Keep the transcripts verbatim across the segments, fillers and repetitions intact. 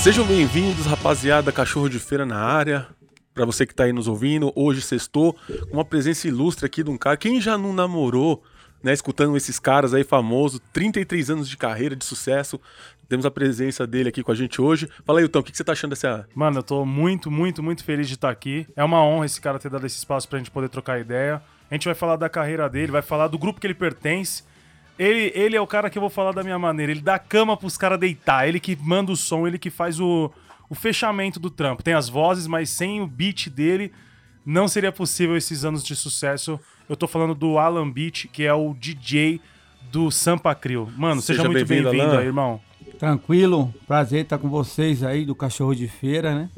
Sejam bem-vindos, rapaziada, Cachorro de Feira na área. Pra você que tá aí nos ouvindo, hoje sextou, com uma presença ilustre aqui de um cara. Quem já não namorou, né, escutando esses caras aí famosos, trinta e três anos de carreira, de sucesso. Temos a presença dele aqui com a gente hoje. Fala aí, Utão, o que você tá achando dessa... Mano, eu tô muito, muito, muito feliz de estar aqui. É uma honra esse cara ter dado esse espaço pra gente poder trocar ideia. A gente vai falar da carreira dele, vai falar do grupo que ele pertence. Ele, ele é o cara que eu vou falar da minha maneira. Ele dá cama pros caras deitar. Ele que manda o som, ele que faz o, o fechamento do trampo. Tem as vozes, mas sem o beat dele não seria possível esses anos de sucesso. Eu tô falando do Alan Beat, que é o D J do Sampa Crio. Mano, seja, seja muito bem-vindo bem aí, irmão. Tranquilo, prazer estar com vocês aí do Cachorro de Feira, né?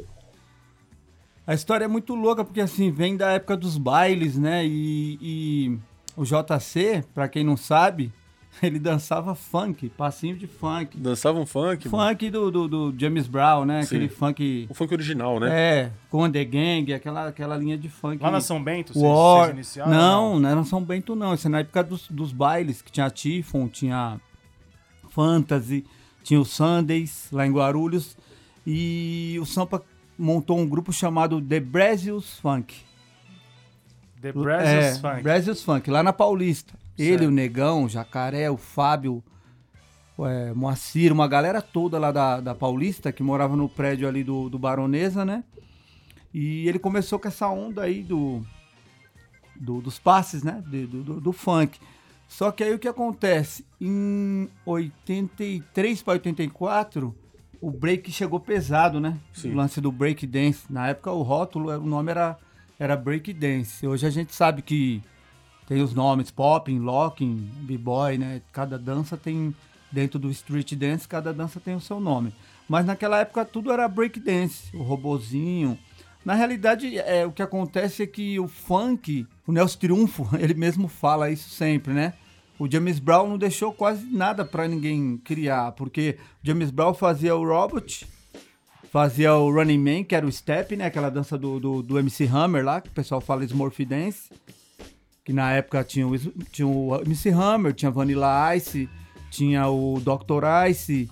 A história é muito louca porque, assim, vem da época dos bailes, né? E, e o J C, pra quem não sabe, ele dançava funk, passinho de funk. Dançava um funk? Funk do, do, do James Brown, né? Sim. Aquele funk... O funk original, né? É, com The Gang, aquela, aquela linha de funk. Lá na São Bento, vocês, War... vocês iniciaram? Não, não, não era São Bento, não. Isso é na época dos, dos bailes, que tinha Tifon, tinha Fantasy, tinha o Sundays, lá em Guarulhos. E o Sampa montou um grupo chamado The Brazils Funk. The Brazils é, Funk. Brazils Funk, lá na Paulista. Ele, certo. o Negão, o Jacaré, o Fábio, é, Moacir, uma galera toda lá da, da Paulista, que morava no prédio ali do, do Baronesa, né? E ele começou com essa onda aí do, do, dos passes, né? Do, do, do funk. Só que aí o que acontece? Em oitenta e três para oitenta e quatro, o break chegou pesado, né? Sim. O lance do break dance. Na época o rótulo, o nome era, era break dance. Hoje a gente sabe que tem os nomes popping, locking, b-boy, né? Cada dança tem, dentro do street dance, cada dança tem o seu nome. Mas naquela época tudo era break dance, o robozinho. Na realidade, é, o que acontece é que o funk, o Nelson Triunfo, ele mesmo fala isso sempre, né? O James Brown não deixou quase nada pra ninguém criar, porque o James Brown fazia o Robot, fazia o Running Man, que era o step, né? Aquela dança do, do, do M C Hammer lá, que o pessoal fala Smurf Dance. Que na época tinha o, tinha o M C Hammer, tinha Vanilla Ice, tinha o doutor Ice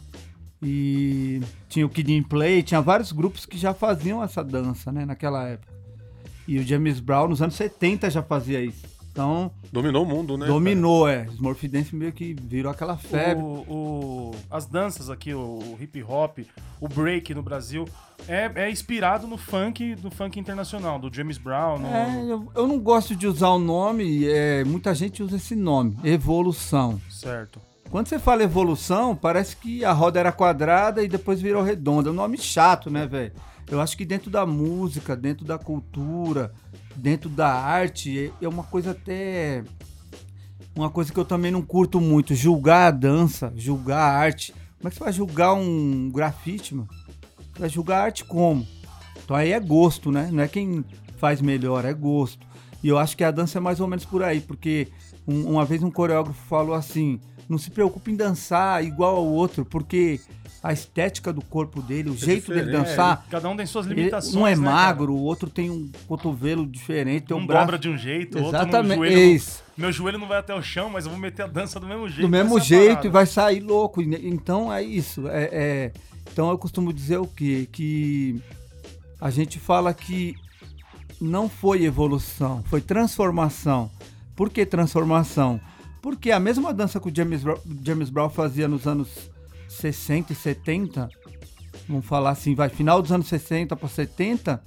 e tinha o Kid in Play, tinha vários grupos que já faziam essa dança, né, naquela época. E o James Brown nos anos setenta já fazia isso. Então... Dominou o mundo, né? Dominou, cara? é. Smurf Dance meio que virou aquela febre. O, o, as danças aqui, o, o hip hop, o break no Brasil, é, é inspirado no funk, do funk internacional, do James Brown. No... É, eu, eu não gosto de usar o nome, é, muita gente usa esse nome, evolução. Certo. Quando você fala evolução, parece que a roda era quadrada e depois virou redonda. É um nome chato, né, velho? Eu acho que dentro da música, dentro da cultura, dentro da arte, é uma coisa até... Uma coisa que eu também não curto muito, julgar a dança, julgar a arte. Como é que você vai julgar um grafite, mano? Você vai julgar a arte como? Então aí é gosto, né? Não é quem faz melhor, é gosto. E eu acho que a dança é mais ou menos por aí, porque um, uma vez um coreógrafo falou assim, não se preocupe em dançar igual ao outro, porque a estética do corpo dele, o é jeito dele dançar... É, cada um tem suas limitações, um é né, magro, cara? O outro tem um cotovelo diferente, tem um, um braço... dobra de um jeito, Exatamente, outro no joelho... isso. Não, meu joelho não vai até o chão, mas eu vou meter a dança do mesmo jeito. Do mesmo jeito e vai sair louco. Então é isso. É, é... Então eu costumo dizer o quê? Que a gente fala que não foi evolução, foi transformação. Por que transformação? Porque a mesma dança que o James Brown, James Brown fazia nos anos sessenta e setenta, vamos falar assim, vai, final dos anos sessenta para setenta,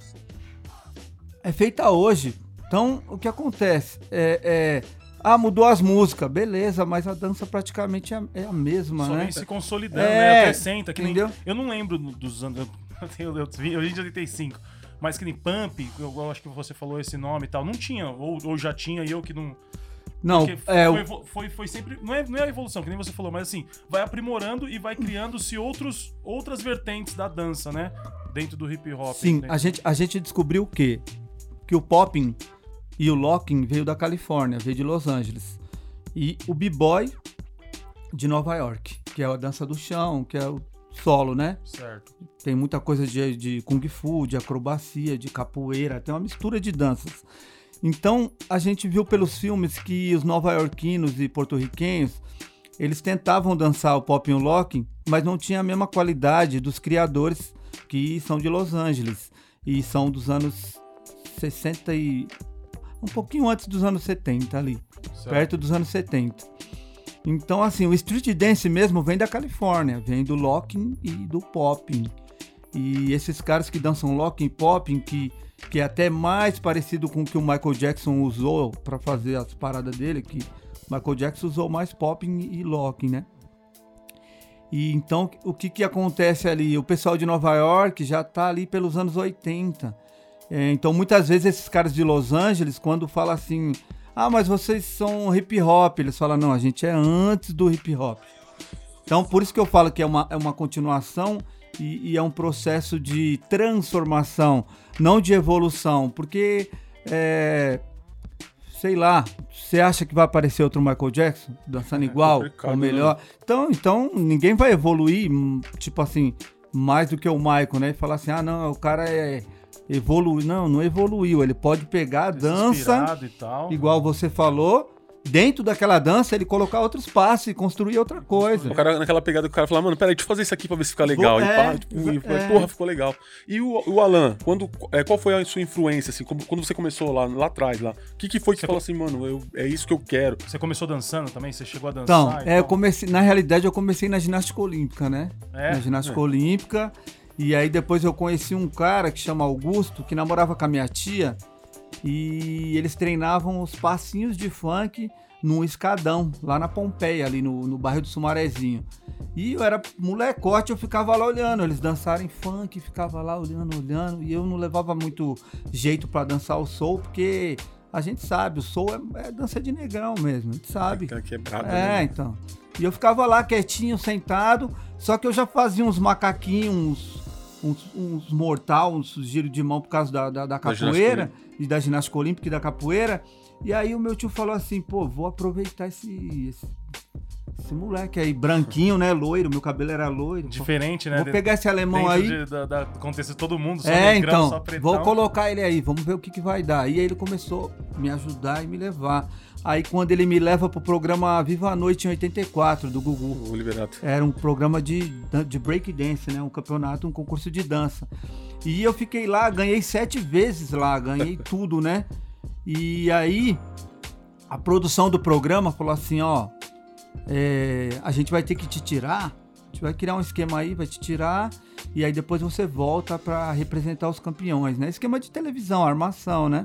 é feita hoje. Então, o que acontece? É, é, ah, mudou as músicas, beleza, mas a dança praticamente é, é a mesma, Só né? vem se consolidando, é, né? Até senta, que entendeu? Nem, eu não lembro dos anos... Eu tenho, eu tenho, hoje em dia oitenta e cinco, mas que nem Pump, eu, eu acho que você falou esse nome e tal, não tinha, ou, ou já tinha, e eu que não... Não, é... Foi, foi, foi sempre... Não é, não é a evolução, que nem você falou, mas assim, vai aprimorando e vai criando-se outros, outras vertentes da dança, né? Dentro do hip hop. Sim, a gente, a gente descobriu o quê? Que o popping e o locking veio da Califórnia, veio de Los Angeles. E o b-boy de Nova York, que é a dança do chão, que é o solo, né? Certo. Tem muita coisa de, de kung fu, de acrobacia, de capoeira, tem uma mistura de danças. Então, a gente viu pelos filmes que os nova-iorquinos e porto-riquenhos, eles tentavam dançar o pop e o locking, mas não tinha a mesma qualidade dos criadores que são de Los Angeles e são dos anos sessenta e... um pouquinho antes dos anos setenta ali, certo. Perto dos anos setenta. Então, assim, o street dance mesmo vem da Califórnia, vem do locking e do popping. E esses caras que dançam locking e popping, que, que é até mais parecido com o que o Michael Jackson usou para fazer as paradas dele, que o Michael Jackson usou mais popping e locking, né? E então, o que que acontece ali? O pessoal de Nova York já tá ali pelos anos oitenta. É, então, muitas vezes, esses caras de Los Angeles, quando falam assim, ah, mas vocês são hip hop, eles falam, não, a gente é antes do hip hop. Então, por isso que eu falo que é uma, é uma continuação e, e é um processo de transformação, não de evolução, porque, é, sei lá, você acha que vai aparecer outro Michael Jackson dançando igual, é ou melhor? Né? Então, então, ninguém vai evoluir, tipo assim, mais do que o Michael, né? E falar assim, ah, não, o cara é... evoluiu. Não, não evoluiu. Ele pode pegar a dança, e tal, igual você falou, dentro daquela dança, ele colocar outros passos e construir outra coisa. O cara, naquela pegada que o cara fala, mano, peraí, deixa eu fazer isso aqui pra ver se fica legal. É, e pá, tipo, e, é. Porra, ficou legal. E o, o Alan, quando, é, qual foi a sua influência, assim, como, quando você começou lá, lá atrás, lá? O que, que foi que você, você falou assim, mano, eu, é isso que eu quero? Você começou dançando também? Você chegou a dançar? Então, é, eu comecei, na realidade, eu comecei na ginástica olímpica, né? É? Na ginástica é. olímpica. E aí depois eu conheci um cara que chama Augusto, que namorava com a minha tia, e eles treinavam os passinhos de funk num escadão, lá na Pompeia, ali no, no bairro do Sumarezinho. E eu era molecote, eu ficava lá olhando, eles dançarem funk, ficava lá olhando, olhando, e eu não levava muito jeito pra dançar o soul, porque a gente sabe, o soul é, é dança de negrão mesmo, a gente sabe. É quebrado, é, né? então. E eu ficava lá quietinho, sentado, só que eu já fazia uns macaquinhos, uns, uns mortal, uns giros de mão por causa da, da, da capoeira, da e da ginástica olímpica e da capoeira. E aí o meu tio falou assim, pô, vou aproveitar esse, esse, esse moleque aí, branquinho, né, loiro, meu cabelo era loiro. Diferente, né? Vou pegar esse alemão aí. De, da, da, acontece todo mundo, só é, negrão, então, só pretão. Vou colocar ele aí, vamos ver o que, que vai dar. E aí ele começou a me ajudar e me levar. Aí quando ele me leva pro programa Viva a Noite em oitenta e quatro, do Gugu. O Liberato. Era um programa de, de break dance, né? Um campeonato, um concurso de dança. E eu fiquei lá, ganhei sete vezes lá, ganhei tudo, né? E aí, a produção do programa falou assim, ó, é, a gente vai ter que te tirar, a gente vai criar um esquema aí, vai te tirar, e aí depois você volta pra representar os campeões, né? Esquema de televisão, armação, né?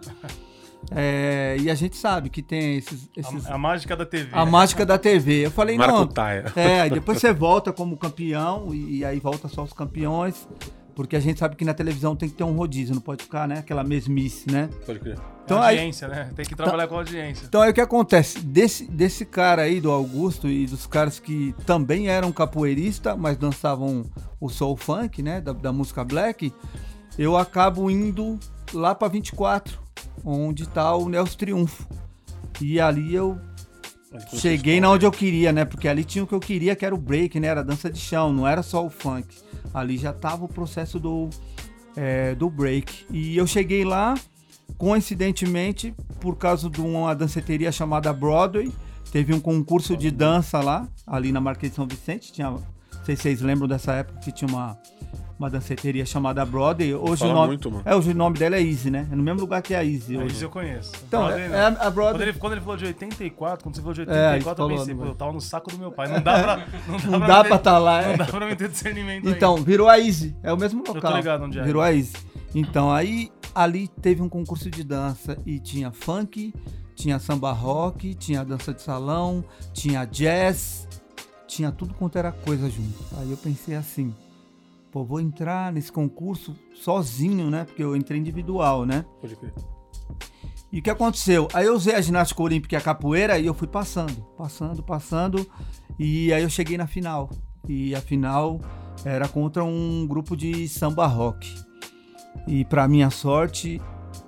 É, e a gente sabe que tem esses... esses a, a mágica da T V. A mágica da T V. Eu falei, Maracutaia. não... É, aí depois você volta como campeão, e, e aí volta só os campeões, porque a gente sabe que na televisão tem que ter um rodízio, não pode ficar, né? Aquela mesmice, né? Pode crer. Então, é audiência, aí, né? Tem que trabalhar então, com audiência. Então aí o que acontece? Desse, desse cara aí, do Augusto, e dos caras que também eram capoeiristas, mas dançavam o soul funk, né? Da, da música black, eu acabo indo lá pra vinte e quatro, onde tá o Nelson Triunfo. E ali eu cheguei na onde eu queria, né? Porque ali tinha o que eu queria, que era o break, né? Era dança de chão, não era só o funk. Ali já tava o processo do, é, do break. E eu cheguei lá, coincidentemente, por causa de uma danceteria chamada Broadway. Teve um concurso de dança lá, ali na Marquês de São Vicente. Tinha, não sei se vocês lembram dessa época que tinha uma... uma danceteria chamada Broadway. Hoje Fala o nome, muito, mano. É, hoje o nome dela é Easy, né? É no mesmo lugar que a Easy. A hoje. Easy eu conheço. Então, Broadway, é, é a Broadway... Quando ele, quando ele falou de oitenta e quatro, quando você falou de É, oitenta e quatro, eu falou, pensei, pô, né? eu tava no saco do meu pai. Não dá pra... Não dá, Não pra dá ter, pra estar lá, Não é. dá pra me ter discernimento Então, aí. virou a Easy. É o mesmo local. Eu tô ligado onde é. Virou a Easy. Então, aí, ali teve um concurso de dança e tinha funk, tinha samba rock, tinha dança de salão, tinha jazz, tinha tudo quanto era coisa junto. Aí eu pensei assim, pô, vou entrar nesse concurso sozinho, né? Porque eu entrei individual, né? Pode crer. E o que aconteceu? Aí eu usei a ginástica olímpica e a capoeira e eu fui passando, passando, passando. E aí eu cheguei na final. E a final era contra um grupo de samba rock. E pra minha sorte,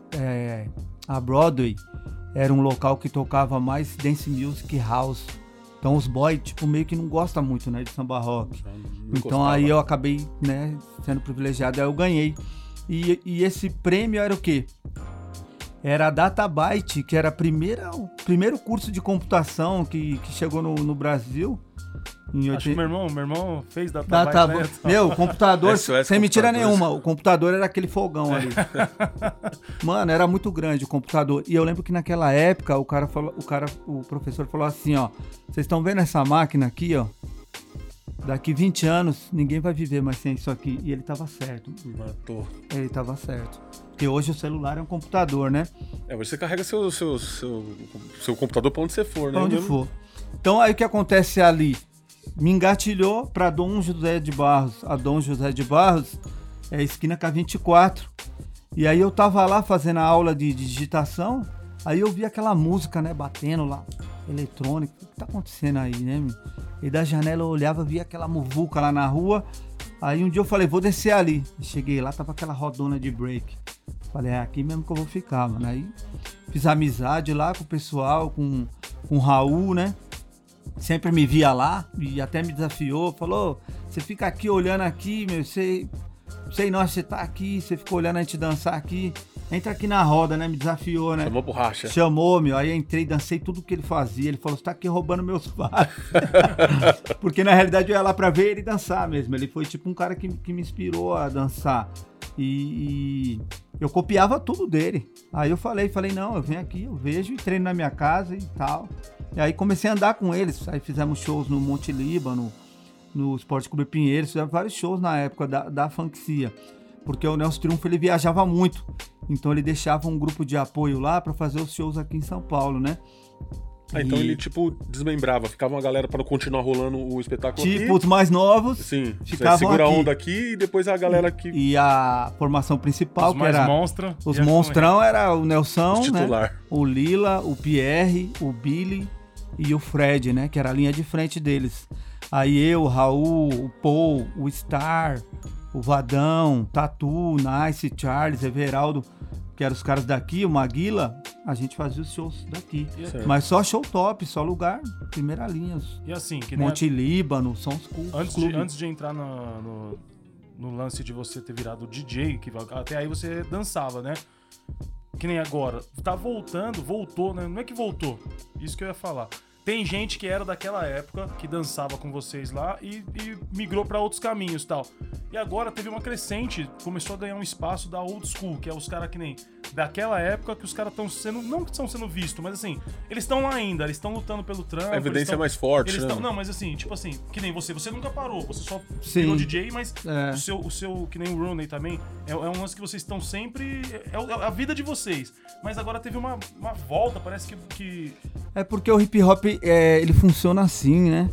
é, a Broadway era um local que tocava mais dance music house. Então os boys, tipo, meio que não gostam muito, né, de samba rock. Não então gostava. Aí eu acabei, né, sendo privilegiado, aí eu ganhei. E, e esse prêmio era o quê? Era a Databyte, que era a primeira, o primeiro curso de computação que, que chegou no, no Brasil. Em Acho que meu irmão, meu irmão fez da Tá, tá, Neto. meu, o computador, S O S sem mentira computadores. nenhuma, o computador era aquele fogão ali. Mano, era muito grande o computador. E eu lembro que naquela época o cara falou, o cara, o professor falou assim, ó, vocês estão vendo essa máquina aqui, ó? Daqui vinte anos, ninguém vai viver mais sem isso aqui. E ele tava certo. Matou. Ele tava certo. Porque hoje o celular é um computador, né? É, você carrega seu, seu, seu, seu computador pra onde você for, né? Pra onde Mesmo- for. Então aí o que acontece ali? Me engatilhou pra Dom José de Barros. A Dom José de Barros é a esquina com a vinte e quatro. E aí eu tava lá fazendo a aula de, de digitação, aí eu vi aquela música, né, batendo lá, eletrônica. O que tá acontecendo aí, né, meu? E da janela eu olhava, via aquela muvuca lá na rua. Aí um dia eu falei, vou descer ali. Cheguei lá, tava aquela rodona de break. Falei, é aqui mesmo que eu vou ficar, mano. Aí fiz amizade lá com o pessoal, com, com o Raul, né? Sempre me via lá e até me desafiou. Falou, você fica aqui olhando aqui, meu, você... Sei não, você tá aqui, você ficou olhando a gente dançar aqui. Entra aqui na roda, né? Me desafiou, né? Chamou pro racha. Chamou, meu. Aí eu entrei, dancei tudo que ele fazia. Ele falou, você tá aqui roubando meus passos. Porque na realidade eu ia lá pra ver ele dançar mesmo. Ele foi tipo um cara que, que me inspirou a dançar. E, e eu copiava tudo dele. Aí eu falei, falei, não, eu venho aqui, eu vejo e treino na minha casa e tal. E aí comecei a andar com eles. Aí fizemos shows no Monte Líbano, no Esporte Clube Pinheiros. Fizemos vários shows na época da, da Funkcia. Porque o Nelson Triunfo, ele viajava muito. Então ele deixava um grupo de apoio lá pra fazer os shows aqui em São Paulo, né? Ah, então E, ele, tipo, desmembrava. Ficava uma galera pra continuar rolando o espetáculo tipo, aqui. os mais novos Sim, você ficavam segura a aqui. onda aqui e depois a galera que... E a formação principal, Os que mais era... monstros. Os monstrão era o Nelson, Os né? titular. O Lila, o Pierre, o Billy e o Fred, né? Que era a linha de frente deles. Aí eu, o Raul, o Paul, o Star, o Vadão, Tatu, Nice, Charles, Everaldo, que eram os caras daqui, o Maguila, a gente fazia os shows daqui. Certo. Mas só show top, só lugar, primeira linha. os E assim, que nem a- Monte Líbano, Sons Clube. antes, de, antes de entrar no, no, no lance de você ter virado D J, que até aí você dançava, né? Que nem agora. Tá voltando, voltou, né? Não é que voltou, isso que eu ia falar. Tem gente que era daquela época, que dançava com vocês lá e, e migrou pra outros caminhos e tal. E agora teve uma crescente, começou a ganhar um espaço da old school, que é os caras que nem daquela época que os caras estão sendo, não que estão sendo vistos, mas assim, eles estão lá ainda, eles estão lutando pelo trampo. A evidência eles tão, é mais forte, eles né? tão, Não, mas assim, tipo assim, que nem você, você nunca parou, você só Sim. virou D J, mas É. o, seu, o seu, que nem o Rooney também, é, é um lance que vocês estão sempre, é, é a vida de vocês. Mas agora teve uma, uma volta, parece que... que É porque o hip hop, é, ele funciona assim, né?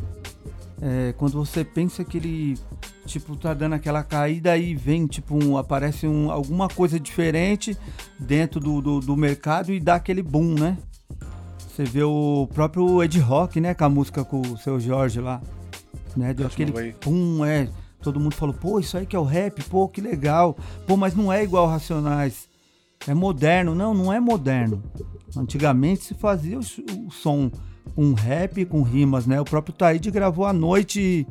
É, quando você pensa que ele, tipo, tá dando aquela caída, aí vem, tipo, um, aparece um, alguma coisa diferente dentro do, do, do mercado e dá aquele boom, né? Você vê o próprio Ed Rock, né? Com a música com o Seu Jorge lá, né? Deu Esse aquele novo aí. boom, é. Todo mundo falou, pô, isso aí que é o rap, pô, que legal. Pô, mas não é igual ao Racionais. É moderno. Não, não é moderno. Antigamente se fazia o, o som, um rap com rimas, né? O próprio Taíde gravou à noite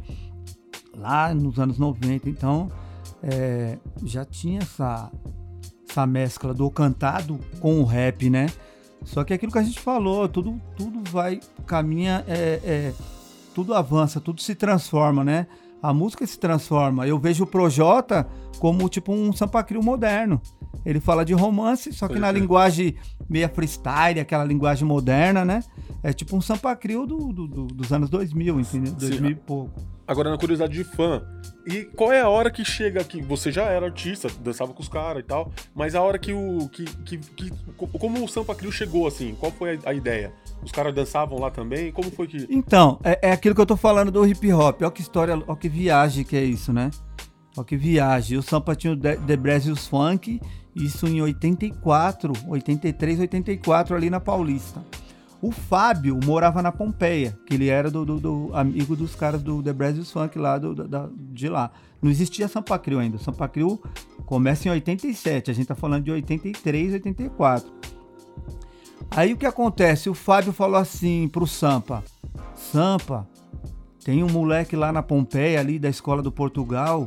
lá nos anos noventa. Então, é, já tinha essa, essa mescla do cantado com o rap, né? Só que é aquilo que a gente falou, tudo, tudo vai, caminha, é, é, tudo avança, tudo se transforma, né? A música se transforma. Eu vejo o Projota como tipo um Sampa Crio moderno. Ele fala de romance, só que Pode na ser. linguagem meia freestyle, aquela linguagem moderna, né? É tipo um Sampa Crio do, do, do- dos anos dois mil, entendeu? dois mil e pouco. Agora, na curiosidade de fã, e qual é a hora que chega aqui? Você já era artista, dançava com os caras e tal, mas a hora que o. Que, que, que- co- como o Sampa Crio chegou assim? Qual foi a, a ideia? Os caras dançavam lá também? Como foi que. Então, é, é aquilo que eu tô falando do hip hop. Olha que história, olha que viagem que é isso, né? Olha que viagem. O Sampa tinha o The, The Brasil's Funk, isso em oitenta e quatro, oitenta e três, oitenta e quatro, ali na Paulista. O Fábio morava na Pompeia, que ele era do, do- do amigo dos caras do The Brasil's Funk lá do, da- de lá. Não existia Sampa Crio ainda. Sampa Crio começa em oitenta e sete, a gente tá falando de oitenta e três, oitenta e quatro. Aí o que acontece? O Fábio falou assim pro Sampa: Sampa, tem um moleque lá na Pompeia, ali da Escola do Portugal,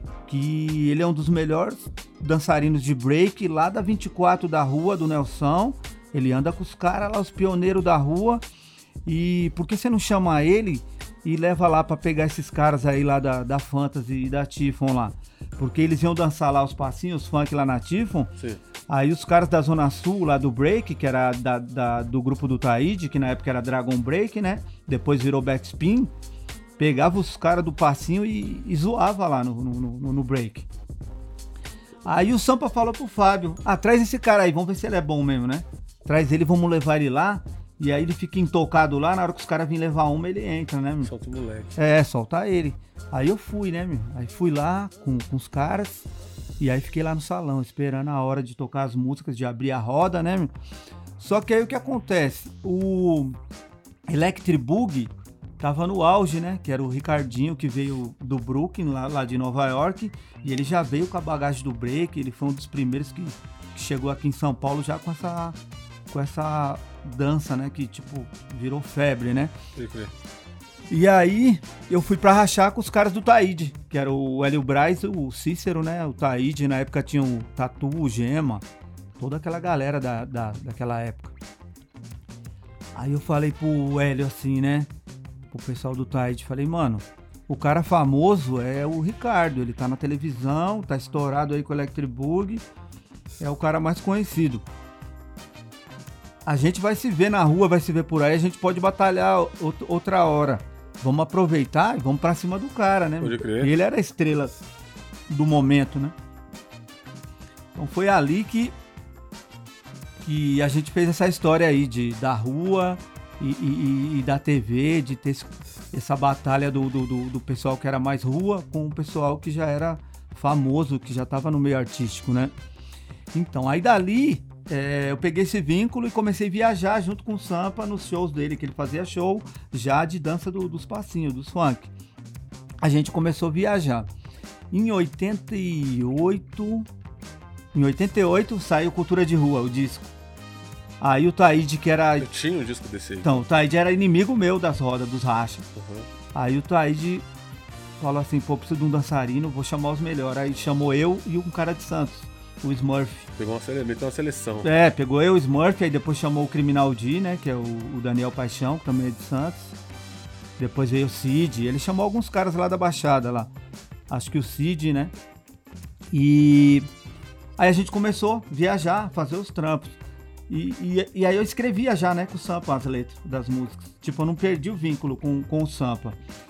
que ele é um dos melhores dançarinos de break lá da vinte e quatro da rua do Nelson. Ele anda com os caras lá, os pioneiros da rua. E por que você não chama ele e leva lá pra pegar esses caras aí lá da, da Fantasy e da Tifon lá. Porque eles iam dançar lá os passinhos, os funk lá na Tifon. Sim. Aí os caras da Zona Sul, lá do Break, que era da, da, do grupo do Taíde, que na época era Dragon Break, né? Depois virou Backspin. Pegava os caras do passinho e, e zoava lá no, no, no, no Break. Aí o Sampa falou pro Fábio, ah, traz esse cara aí, vamos ver se ele é bom mesmo, né? Traz ele, vamos levar ele lá. E aí ele fica intocado lá, na hora que os caras vêm levar uma, ele entra, né, meu? Solta o moleque. É, solta ele. Aí eu fui, né, meu? Aí fui lá com, com os caras e aí fiquei lá no salão, esperando a hora de tocar as músicas, de abrir a roda, né, meu? Só que aí o que acontece? O Electric Boogie tava no auge, né? Que era o Ricardinho, que veio do Brooklyn, lá, lá de Nova York, e ele já veio com a bagagem do break, ele foi um dos primeiros que, que chegou aqui em São Paulo já com essa... com essa dança, né, que tipo, virou febre, né? Sim, sim. E aí, eu fui pra rachar com os caras do Taíde, que era o Hélio Braz, o Cícero, né, o Taíde, na época tinha o Tatu, o Gema, toda aquela galera da, da, daquela época. Aí eu falei pro Hélio assim, né, pro pessoal do Taíde, falei, mano, o cara famoso é o Ricardo, ele tá na televisão, tá estourado aí com o Electric Boogie, é o cara mais conhecido. A gente vai se ver na rua, vai se ver por aí, a gente pode batalhar outra hora. Vamos aproveitar e vamos pra cima do cara, né? Pode crer. Ele era a estrela do momento, né? Então foi ali que, que a gente fez essa história aí de, da rua e, e, e da T V, de ter essa batalha do, do, do, do pessoal que era mais rua com o pessoal que já era famoso, que já estava no meio artístico, né? Então, aí dali... É, eu peguei esse vínculo e comecei a viajar junto com o Sampa nos shows dele, que ele fazia show já de dança do, dos passinhos, dos funk. A gente começou a viajar. Em oitenta e oito, em oitenta e oito saiu Cultura de Rua, o disco. Aí o Taíde, que era... Eu tinha um disco desse aí. Então, o Taíde era inimigo meu das rodas, dos rachas. Uhum. Aí o Taíde falou assim, pô, preciso de um dançarino, vou chamar os melhores. Aí chamou eu e um cara de Santos, o Smurf. Pegou uma, sele... Meteu uma seleção. É, pegou eu, o Smurf, aí depois chamou o Criminal D, né, que é o, o Daniel Paixão, que também é de Santos. Depois veio o Cid, ele chamou alguns caras lá da Baixada, lá. Acho que o Cid, né. E aí a gente começou a viajar, fazer os trampos. E, e, e aí eu escrevia já, né, com o Sampa as letras das músicas. Tipo, eu não perdi o vínculo com, com o Sampa.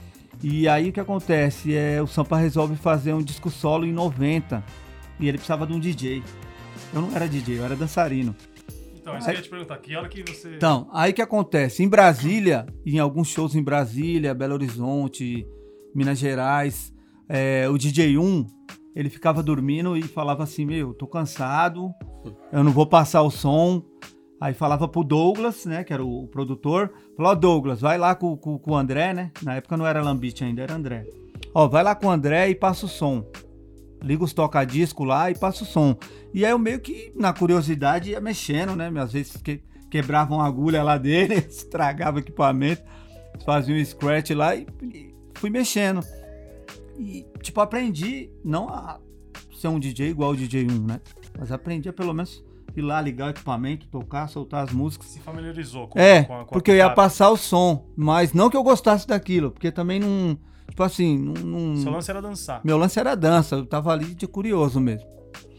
E aí o que acontece? É, o Sampa resolve fazer um disco solo em noventa. E ele precisava de um D J. Eu não era D J, eu era dançarino. Então, isso aí, que eu ia te perguntar, que hora que você... Então, aí que acontece? Em Brasília, em alguns shows em Brasília, Belo Horizonte, Minas Gerais, é, o D J um, ele ficava dormindo e falava assim, meu, tô cansado, eu não vou passar o som. Aí falava pro Douglas, né, que era o, o produtor, falou, ó, Douglas, vai lá com, com, com o André, né, na época não era Lambite ainda, era André. Ó, vai lá com o André e passa o som. Liga os toca-disco lá e passa o som. E aí eu meio que, na curiosidade, ia mexendo, né? Às vezes que, quebravam a agulha lá dele, estragava o equipamento, fazia um scratch lá e, e fui mexendo. E, tipo, aprendi não a ser um D J igual o D J um, né? Mas aprendi a pelo menos ir lá, ligar o equipamento, tocar, soltar as músicas. Se familiarizou com, é, com a com a porque eu ia picada. passar o som, mas não que eu gostasse daquilo, porque também não... Tipo assim, não... não... Seu lance era dançar. Meu lance era dança, eu tava ali de curioso mesmo.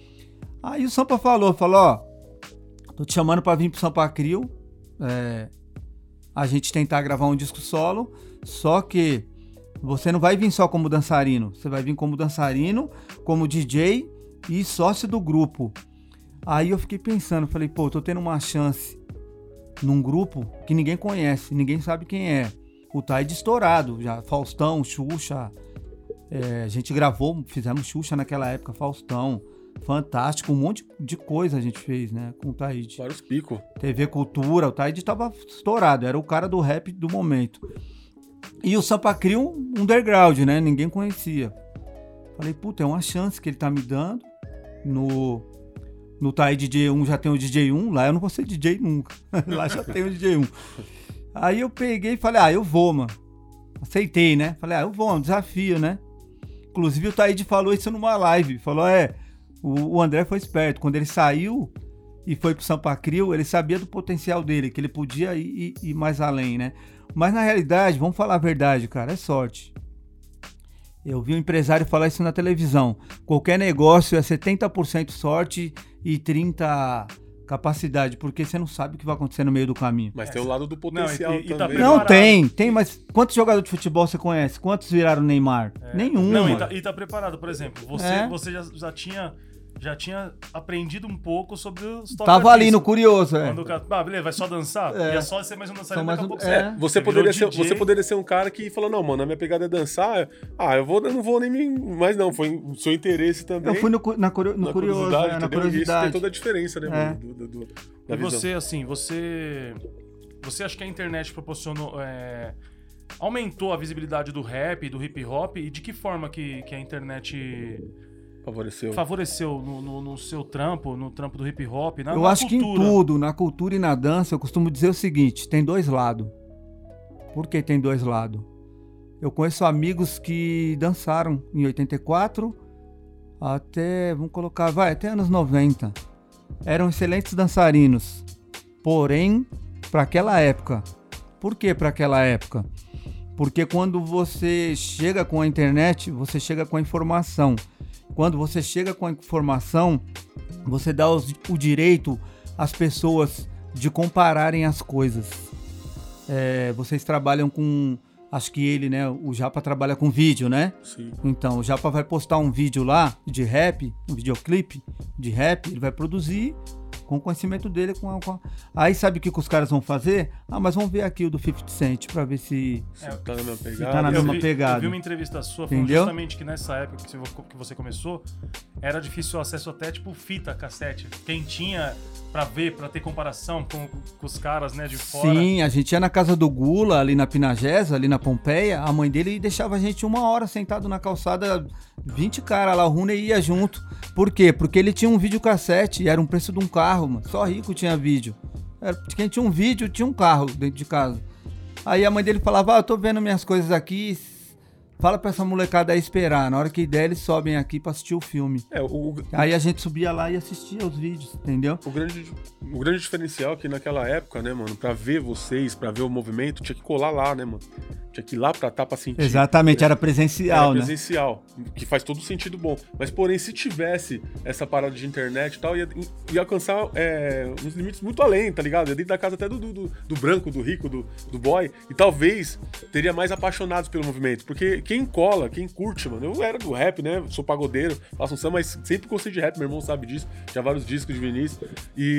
Aí o Sampa falou, falou, ó, tô te chamando pra vir pro Sampa Crio, é, a gente tentar gravar um disco solo, só que você não vai vir só como dançarino, você vai vir como dançarino, como D J e sócio do grupo. Aí eu fiquei pensando, falei, pô, tô tendo uma chance num grupo que ninguém conhece, ninguém sabe quem é. O Taíde estourado, já, Faustão, Xuxa, é, a gente gravou, fizemos Xuxa naquela época, Faustão, Fantástico, um monte de coisa a gente fez, né, com o Taíde. Vários picos. T V Cultura, o Taíde tava estourado, era o cara do rap do momento. E o Sampa Crio, um underground, né, ninguém conhecia. Falei, puta, é uma chance que ele tá me dando. No, no Taíde D J um já tem o D J um, lá eu não vou ser D J nunca, lá já tem o D J um. Aí eu peguei e falei, ah, eu vou, mano. Aceitei, né? Falei, ah, eu vou, é um desafio, né? Inclusive o Taíde falou isso numa live. Falou, é, o, o André foi esperto. Quando ele saiu e foi pro Sampa Crio, ele sabia do potencial dele, que ele podia ir, ir, ir mais além, né? Mas na realidade, vamos falar a verdade, cara, é sorte. Eu vi um empresário falar isso na televisão. Qualquer negócio é setenta por cento sorte e trinta por cento capacidade, porque você não sabe o que vai acontecer no meio do caminho. Mas é, tem o lado do potencial não, e, e também. Tá não, tem, tem, mas quantos jogadores de futebol você conhece? Quantos viraram Neymar? É. Nenhum. Não, e tá, e tá preparado, por exemplo, você, é. você já, já tinha... Já tinha aprendido um pouco sobre os toques. Tava ali no curioso, é. Quando o cara, ah, beleza, vai só dançar? É. Ia só ser mais um dançarino, mais daqui a um, pouco é. você, você, poderia ser, você poderia ser um cara que falou, não, mano, a minha pegada é dançar, ah, eu, vou, eu não vou nem me... Mas não, foi o seu interesse também. Eu fui no, na, curio, no na curioso, curiosidade, é, na curiosidade. Isso tem toda a diferença, né, é. mano, do, do, do, da e visão. Você, assim, você... Você acha que a internet proporcionou... É, aumentou a visibilidade do rap, do hip hop, e de que forma que, que a internet... Favoreceu. Favoreceu no, no, no seu trampo, no trampo do hip hop, na, eu na acho cultura. Que em tudo, na cultura e na dança, eu costumo dizer o seguinte, tem dois lados. Por que tem dois lados? Eu conheço amigos que dançaram em oitenta e quatro até, vamos colocar, vai, até anos noventa. Eram excelentes dançarinos. Porém, para aquela época. Por que para aquela época? Porque quando você chega com a internet, você chega com a informação. Quando você chega com a informação, você dá os, o direito às pessoas de compararem as coisas. É, vocês trabalham com... Acho que ele, né? O Japa trabalha com vídeo, né? Sim. Então, o Japa vai postar um vídeo lá de rap, um videoclipe de rap, ele vai produzir com o conhecimento dele. Com a, com a... Aí sabe o que, que os caras vão fazer? Ah, mas vamos ver aqui o do fifty Cent pra ver se, é, tá na mesma pegada. Tá na mesma eu vi, pegada. Eu vi uma entrevista sua falando Entendeu? Justamente que nessa época que você começou, era difícil o acesso até tipo fita, cassete. Quem tinha pra ver, pra ter comparação com, com os caras, né, de fora. Sim, a gente ia na casa do Gula, ali na Pinagesa, ali na Pompeia, a mãe dele deixava a gente uma hora sentado na calçada, vinte caras lá, o Rooney ia junto. Por quê? Porque ele tinha um videocassete e era um preço de um carro, mano. Só rico tinha vídeo. Era, quem tinha um vídeo tinha um carro dentro de casa. Aí a mãe dele falava, ah, eu tô vendo minhas coisas aqui, fala pra essa molecada aí esperar. Na hora que der, eles sobem aqui pra assistir o filme. É, o, aí a gente subia lá e assistia os vídeos, entendeu? O grande, o grande diferencial é que naquela época, né, mano, pra ver vocês, pra ver o movimento, tinha que colar lá, né, mano? Tinha que ir lá pra tá, pra sentir. Exatamente, era presencial, era né? presencial, que faz todo sentido bom. Mas, porém, se tivesse essa parada de internet e tal, ia, ia alcançar é, uns limites muito além, tá ligado? Ia dentro da casa até do, do, do branco, do rico, do, do boy. E talvez teria mais apaixonados pelo movimento. Porque quem cola, quem curte, mano, eu era do rap, né? Sou pagodeiro, faço um samba, mas sempre gostei de rap, meu irmão sabe disso. Já vários discos de Vinícius.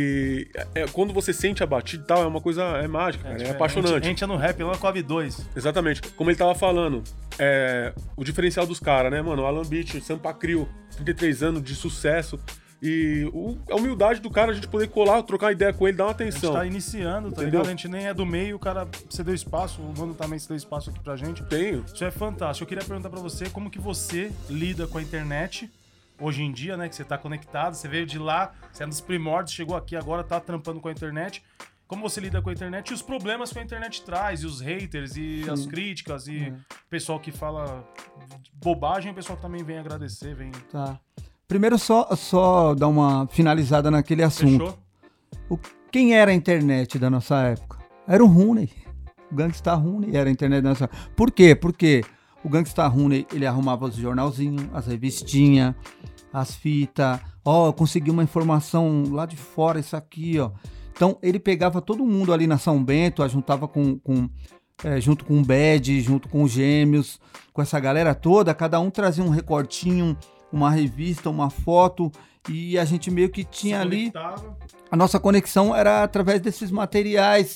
E é, quando você sente a batida e tal, é uma coisa, é mágica, é, cara, é apaixonante. A gente é no rap, lá com a dois. Exatamente. Como ele tava falando, é, o diferencial dos caras, né, mano? O Alan Beach, Sampa Crio, trinta e três anos de sucesso. E o, a humildade do cara, a gente poder colar, trocar ideia com ele, dar uma atenção. A gente tá iniciando, tá ligado? A gente nem é do meio, o cara cedeu espaço, o mano também cedeu espaço aqui pra gente. Tenho. Isso é fantástico. Eu queria perguntar pra você como que você lida com a internet hoje em dia, né? Que você tá conectado, você veio de lá, você é um dos primórdios, chegou aqui agora, tá trampando com a internet. Como você lida com a internet e os problemas que a internet traz, e os haters, e Sim. as críticas, e o é. pessoal que fala bobagem, o pessoal que também vem agradecer, vem... Tá. Primeiro, só, só dar uma finalizada naquele assunto. Fechou? O, quem era a internet da nossa época? Era o Rooney. O Gangsta Rooney era a internet da nossa época. Por quê? Porque o Gangsta Rooney, ele arrumava os jornalzinhos, as revistinhas, as fitas. Ó, oh, consegui uma informação lá de fora, isso aqui, ó. Então, ele pegava todo mundo ali na São Bento, juntava com, com, é, junto com o Bad, junto com os Gêmeos, com essa galera toda, cada um trazia um recortinho, uma revista, uma foto, e a gente meio que tinha ali... A nossa conexão era através desses materiais,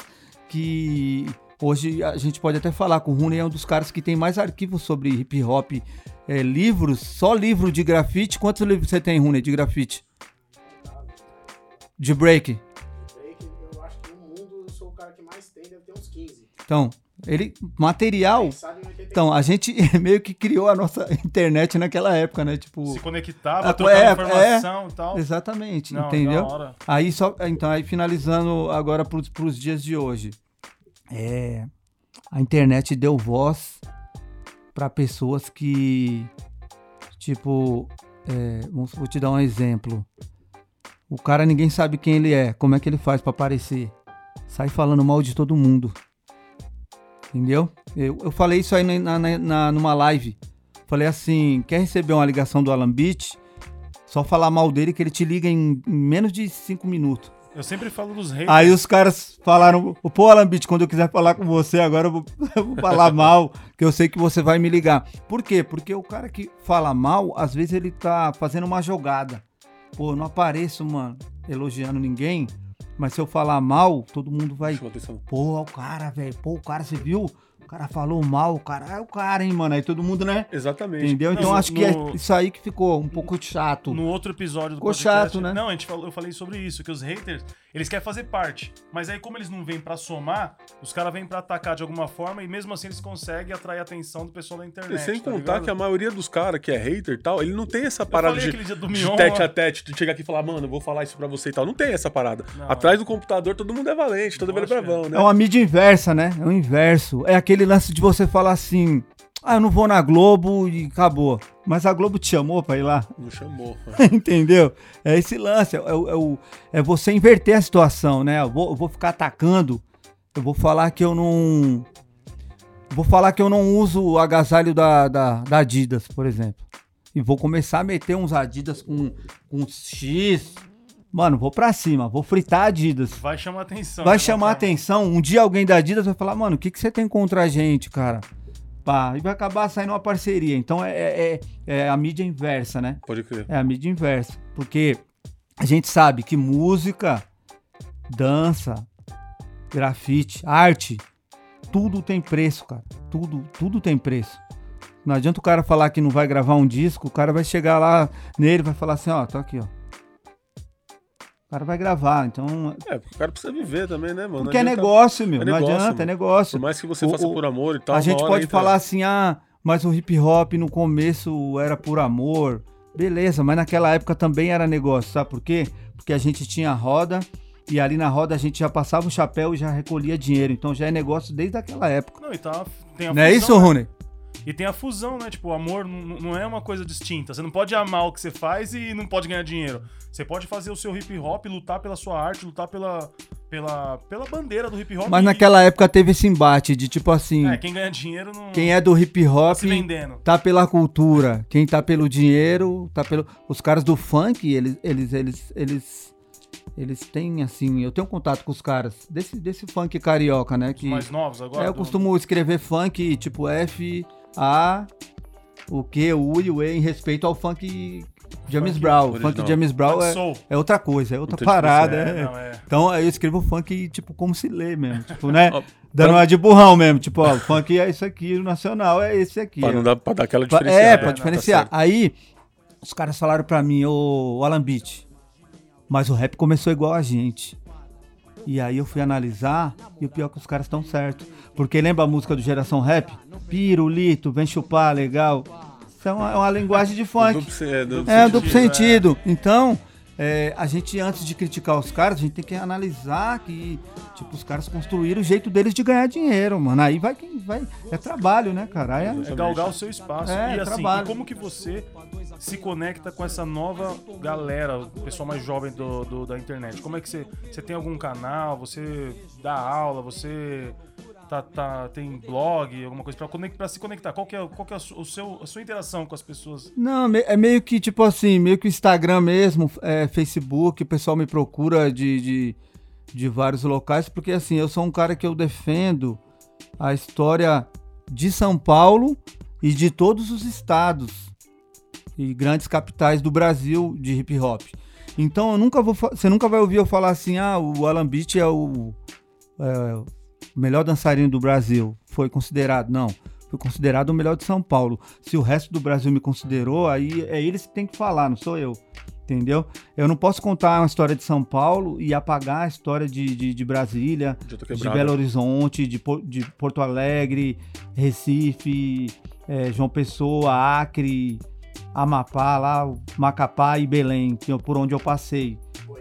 que hoje a gente pode até falar que o Rooney é um dos caras que tem mais arquivos sobre hip hop, é, livros, só livro de grafite. Quantos livros você tem, Rooney, de grafite? De break? Então, ele, material, então, a gente meio que criou a nossa internet naquela época, né, tipo... Se conectava, a, trocava é, informação é, e tal. Exatamente, Não, entendeu? Aí, só, então, aí finalizando agora pros, pros dias de hoje, é, a internet deu voz para pessoas que, tipo, é, vou te dar um exemplo, o cara, ninguém sabe quem ele é, como é que ele faz para aparecer? Sai falando mal de todo mundo. entendeu? Eu, eu falei isso aí na, na, na, numa live. Falei assim, quer receber uma ligação do Alan Beach? Só falar mal dele que ele te liga em, em menos de cinco minutos. Eu sempre falo dos haters. Aí os caras falaram, pô, Alan Beach, quando eu quiser falar com você agora eu vou, eu vou falar mal, que eu sei que você vai me ligar. Por quê? Porque o cara que fala mal, às vezes ele tá fazendo uma jogada. Pô, eu não apareço, mano, elogiando ninguém, mas se eu falar mal, todo mundo vai... Pô, o cara, velho, pô, o cara, você viu? O cara falou mal, o cara é o cara, hein, mano? Aí todo mundo, né? Exatamente. Entendeu? Então no, acho que no... é isso aí que ficou um pouco chato. No outro episódio do ficou podcast... chato, né? Não, a gente falou, eu falei sobre isso, que os haters, eles querem fazer parte. Mas aí, como eles não vêm pra somar, os caras vêm pra atacar de alguma forma e mesmo assim eles conseguem atrair a atenção do pessoal da internet. E sem tá contar ligado? que a maioria dos caras que é hater e tal, ele não tem essa parada de, do de Mion, tete a tete, de chegar aqui e falar, mano, eu vou falar isso pra você e tal. Não tem essa parada. Não. Atrás do computador todo mundo é valente, todo mundo é bravão, né? É uma mídia inversa, né? É o inverso. É aquele lance de você falar assim, ah, eu não vou na Globo e acabou. Mas a Globo te chamou pra ir lá. Não chamou. Entendeu? É esse lance. É, é, é, é você inverter a situação, né? Eu vou, eu vou ficar atacando. Eu vou falar que eu não... Vou falar que eu não uso o agasalho da, da, da Adidas, por exemplo. E vou começar a meter uns Adidas com, com X... Mano, vou pra cima, vou fritar a Adidas. Vai chamar atenção. Vai chamar atenção. Um dia alguém da Adidas vai falar, mano, o que, que você tem contra a gente, cara? Pá, e vai acabar saindo uma parceria. Então é, é, é a mídia inversa, né? Pode crer. É a mídia inversa. Porque a gente sabe que música, dança, grafite, arte, tudo tem preço, cara. Tudo, tudo tem preço. Não adianta o cara falar que não vai gravar um disco, o cara vai chegar lá nele e vai falar assim, ó, tô aqui, ó. O cara vai gravar, então... É, porque o cara precisa viver também, né, mano? Porque é negócio, meu. É não negócio, adianta, mano. é negócio. Por mais que você O- faça o- por amor e tal, A uma gente hora pode entra- falar assim, ah, mas o hip hop no começo era por amor. Beleza, mas naquela época também era negócio, sabe por quê? Porque a gente tinha roda e ali na roda a gente já passava o chapéu e já recolhia dinheiro. Então já é negócio desde aquela época. Não, e tá, tem a Não é fusão, isso, né? Rony? E tem a fusão, né? Tipo, o amor não, não é uma coisa distinta. Você não pode amar o que você faz e não pode ganhar dinheiro. Você pode fazer o seu hip hop, lutar pela sua arte, lutar pela, pela, pela bandeira do hip hop. Mas e- naquela época teve esse embate de tipo assim, É, quem ganha dinheiro não quem é do hip tá hop se vendendo. tá pela cultura, quem tá pelo dinheiro, tá pelo... Os caras do funk, eles, eles, eles, eles, eles têm assim, eu tenho contato com os caras desse, desse funk carioca, né? Os Que mais novos agora. é, eu do- costumo escrever funk tipo F, A, o Q, o U e o E em respeito ao funk James Funk Brown. O original. funk James Brown Funk é, soul. é outra coisa, é outra Outra parada. É, é. não, é. Então aí eu escrevo funk tipo como se lê mesmo, tipo, né? Ó, Dando pra- uma de burrão mesmo, tipo, ó, o funk é isso aqui, o nacional é esse aqui. Pra, não dar, pra dar aquela Pra- diferenciada. É, né? pra Tá diferenciar. certo. Aí, os caras falaram pra mim, ô Alan Beach, mas o rap começou igual a gente. E aí eu fui analisar, e o pior é que os caras estão certos. Porque lembra a música do Geração Rap? Pirulito, vem chupar, legal. Isso é uma, é uma linguagem de funk. Duplo, se- é, duplo É, sentido. duplo sentido. Então, é, a gente, antes de criticar os caras, a gente tem que analisar que, tipo, os caras construíram o jeito deles de ganhar dinheiro, mano. Aí vai quem vai. É trabalho, né, cara? Aí é- É galgar o seu espaço. É, e assim, trabalho. e como que você se conecta com essa nova galera, o pessoal mais jovem do, do- da internet? Como é que você, você tem algum canal, você dá aula, você tá, tá- tem blog, alguma coisa pra, conect, pra se conectar? Qual que é, qual que é a, su- o seu, a sua interação com as pessoas? Não, me- é meio que, tipo assim, meio que o Instagram mesmo, é, Facebook, o pessoal me procura de, de, de vários locais, porque assim, eu sou um cara que eu defendo a história de São Paulo e de todos os estados e grandes capitais do Brasil de hip hop. Então eu nunca vou, fa- você nunca vai ouvir eu falar assim, ah, o Alan Beach é o, é, o melhor dançarino do Brasil, foi considerado, não. Foi considerado o melhor de São Paulo. Se o resto do Brasil me considerou, aí é eles que tem que falar, não sou eu. Entendeu? Eu não posso contar uma história de São Paulo e apagar a história de, de, de Brasília, Já tô de quebrado. Belo Horizonte, de, Por- de Porto Alegre, Recife, eh, João Pessoa, Acre, Amapá, lá, Macapá e Belém, que eu- por onde eu passei.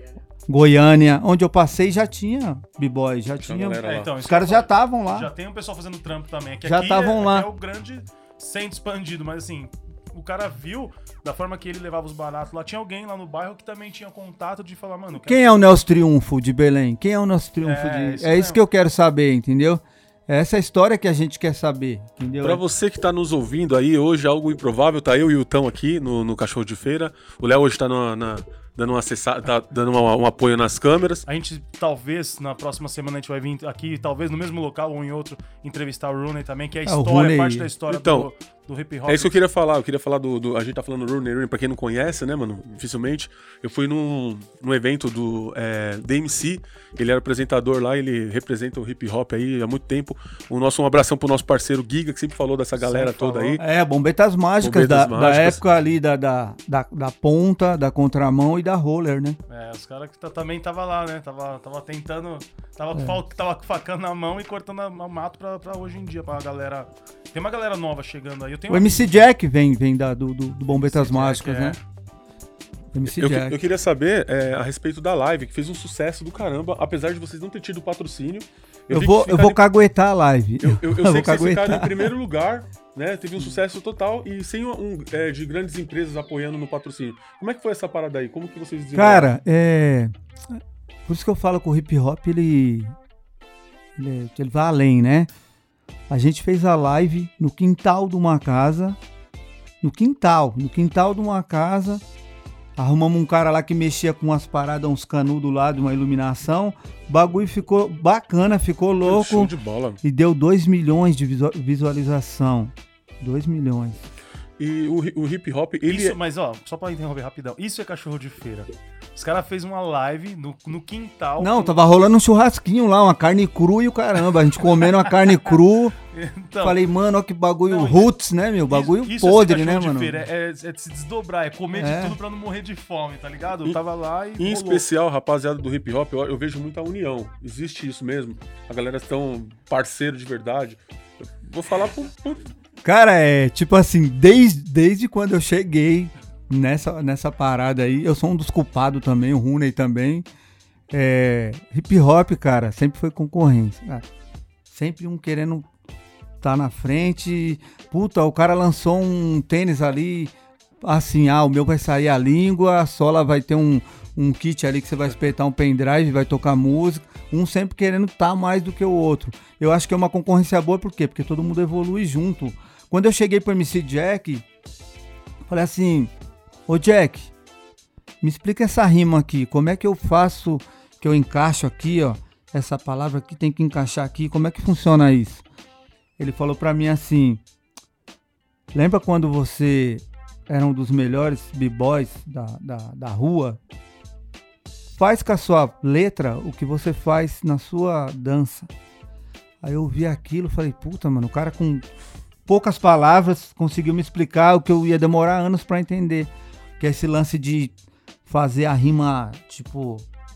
Goiânia, onde eu passei já tinha b-boy, já Tinha tinha. galera lá. então, Os isso caras que eu já falo. estavam lá. Já tem um pessoal fazendo trampo também. Que Já aqui estavam é, lá. aqui é o grande centro expandido, mas assim, o cara viu da forma que ele levava os baratos lá. Tinha alguém lá no bairro que também tinha contato de falar, mano, eu quero Quem é o Nelson Triunfo de Belém? Quem é o Nelson Triunfo É, de... isso É isso mesmo. que eu quero saber, entendeu? Essa é a história que a gente quer saber, entendeu? Pra você que tá nos ouvindo aí, hoje algo improvável, tá eu e o Tão aqui no, no Cachorro de Feira. O Léo hoje tá na, na, dando, um, acessa, tá dando uma, um apoio nas câmeras. A gente, talvez, na próxima semana, a gente vai vir aqui, talvez no mesmo local ou em outro, entrevistar o Rooney também, que é a história, Rooney... parte da história então, do, do hip hop. É isso que eu queria falar. Eu queria falar do... do a gente tá falando do Rooney, Rooney, pra quem não conhece, né, mano? Dificilmente. Eu fui num, num evento do é, D M C, ele era apresentador lá, ele representa o hip hop aí há muito tempo. O nosso, um abração pro nosso parceiro Giga, que sempre falou dessa galera sempre toda falou. aí. É, Bombetas Mágicas, Bombetas da, Mágicas. da época ali da, da, da, da ponta, da contramão e da roller, né? É, os caras que tá, também tava lá, né? Tava, tava tentando. Tava, é. fal, tava com facando na mão e cortando o mato pra, pra hoje em dia, pra galera. Tem uma galera nova chegando aí. Eu tenho o uma... M C Jack vem, vem da, do, do, do Bombetas M C Mágicas, Jack, né? é. M C Eu, Jack. eu queria saber é, a respeito da live, que fez um sucesso do caramba, apesar de vocês não terem tido patrocínio. Eu, vi vou, que eu vou caguetar a live. Eu, eu, eu sei vou que vocês caguetar. ficaram em primeiro lugar, né? Teve um sucesso total e sem um, um, é, de grandes empresas apoiando no patrocínio. Como é que foi essa parada aí? Como que vocês desenvolveram? Cara, é... Por isso que eu falo que o hip hop, ele... Ele, ele vai além, né? A gente fez a live no quintal de uma casa. No quintal. No quintal de uma casa. Arrumamos um cara lá que mexia com umas paradas, uns canudos lá de uma iluminação. O bagulho ficou bacana, ficou louco. Show de bola. E deu dois milhões de visualização. dois milhões. E o, o hip hop, ele... Isso, mas ó, só pra interromper rapidão. Isso é Cachorro de Feira. Os caras fez uma live no, no quintal. Não, com... tava rolando um churrasquinho lá, uma carne crua e o caramba. A gente comendo uma carne crua. Então, falei, mano, ó que bagulho não, roots, né, meu? Bagulho isso, podre, isso né, de mano? Feira, é, é de se desdobrar, é comer É. de tudo pra não morrer de fome, tá ligado? Eu Em- tava lá e Em rolou. especial, rapaziada do hip hop, eu, eu vejo muita união. Existe isso mesmo. A galera tão parceiro de verdade. Eu vou falar por... por... Cara, é tipo assim, desde, desde quando eu cheguei nessa, nessa parada aí, eu sou um dos culpados também, o Rooney também. É, hip hop, cara, sempre foi concorrência, cara. Sempre um querendo tá na frente. Puta, o cara lançou um tênis ali, assim, ah, o meu vai sair a língua, a sola vai ter um, um kit ali que você vai espetar um pendrive, vai tocar música. Um sempre querendo estar mais do que o outro. Eu acho que é uma concorrência boa, por quê? Porque todo mundo evolui junto. Quando eu cheguei pro M C Jack, falei assim, ô Jack, me explica essa rima aqui, como é que eu faço, que eu encaixo aqui, ó, essa palavra aqui tem que encaixar aqui, como é que funciona isso? Ele falou pra mim assim, lembra quando você era um dos melhores b-boys da, da, da rua? Faz com a sua letra o que você faz na sua dança. Aí eu vi aquilo e falei, puta, mano, o cara com poucas palavras conseguiu me explicar o que eu ia demorar anos pra entender. Que é esse lance de fazer a rima, tipo,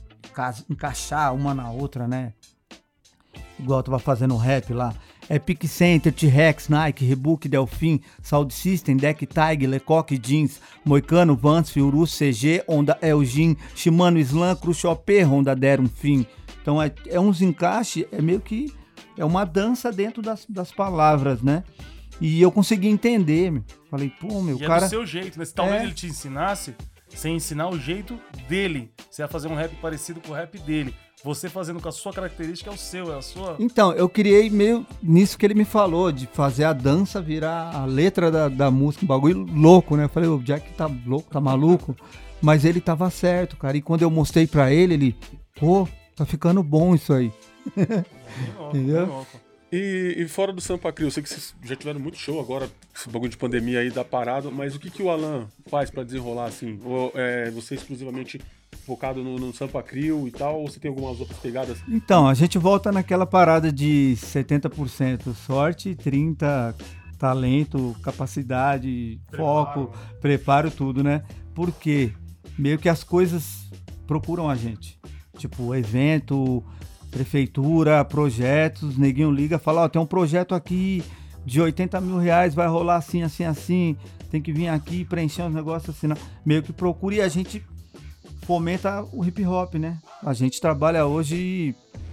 encaixar uma na outra, né? Igual eu tava fazendo rap lá. Epic Center, T-Rex, Nike, Reebok, Delfim, Sound System, Deck Tiger, Lecoq Jeans, Moicano, Vans, Urus, C G, Honda Elgin, Shimano, Slam, Khrushchev, Honda deram um fim. Então é, é uns encaixes, é meio que é uma dança dentro das, das palavras, né? E eu consegui entender, meu. Falei, pô, meu, e cara... é do seu jeito, né? Se talvez É. ele te ensinasse, sem ensinar o jeito dele. Você ia fazer um rap parecido com o rap dele. Você fazendo com a sua característica é o seu, é a sua... Então, eu criei meio nisso que ele me falou, de fazer a dança virar a letra da, da música, um bagulho louco, né? Eu falei, o Jack tá louco, tá maluco? Mas ele tava certo, cara. E quando eu mostrei pra ele, ele, pô, tá ficando bom isso aí. Bem louco, Entendeu? bem louco. E, e fora do Sampa Crio, eu sei que vocês já tiveram muito show agora, esse bagulho de pandemia aí dá parado, mas o que, que o Alan faz pra desenrolar assim? Ou é você é exclusivamente focado no, no Sampa Crio e tal, ou você tem algumas outras pegadas? Então, a gente volta naquela parada de setenta por cento sorte, trinta por cento talento, capacidade, Preparo. foco, preparo, tudo, né? Porque meio que as coisas procuram a gente. Tipo, evento, prefeitura, projetos, neguinho liga, fala, ó, tem um projeto aqui de oitenta mil reais, vai rolar assim, assim, assim, tem que vir aqui preencher uns negócios assim, né? Meio que procura e a gente fomenta o hip hop, né? A gente trabalha hoje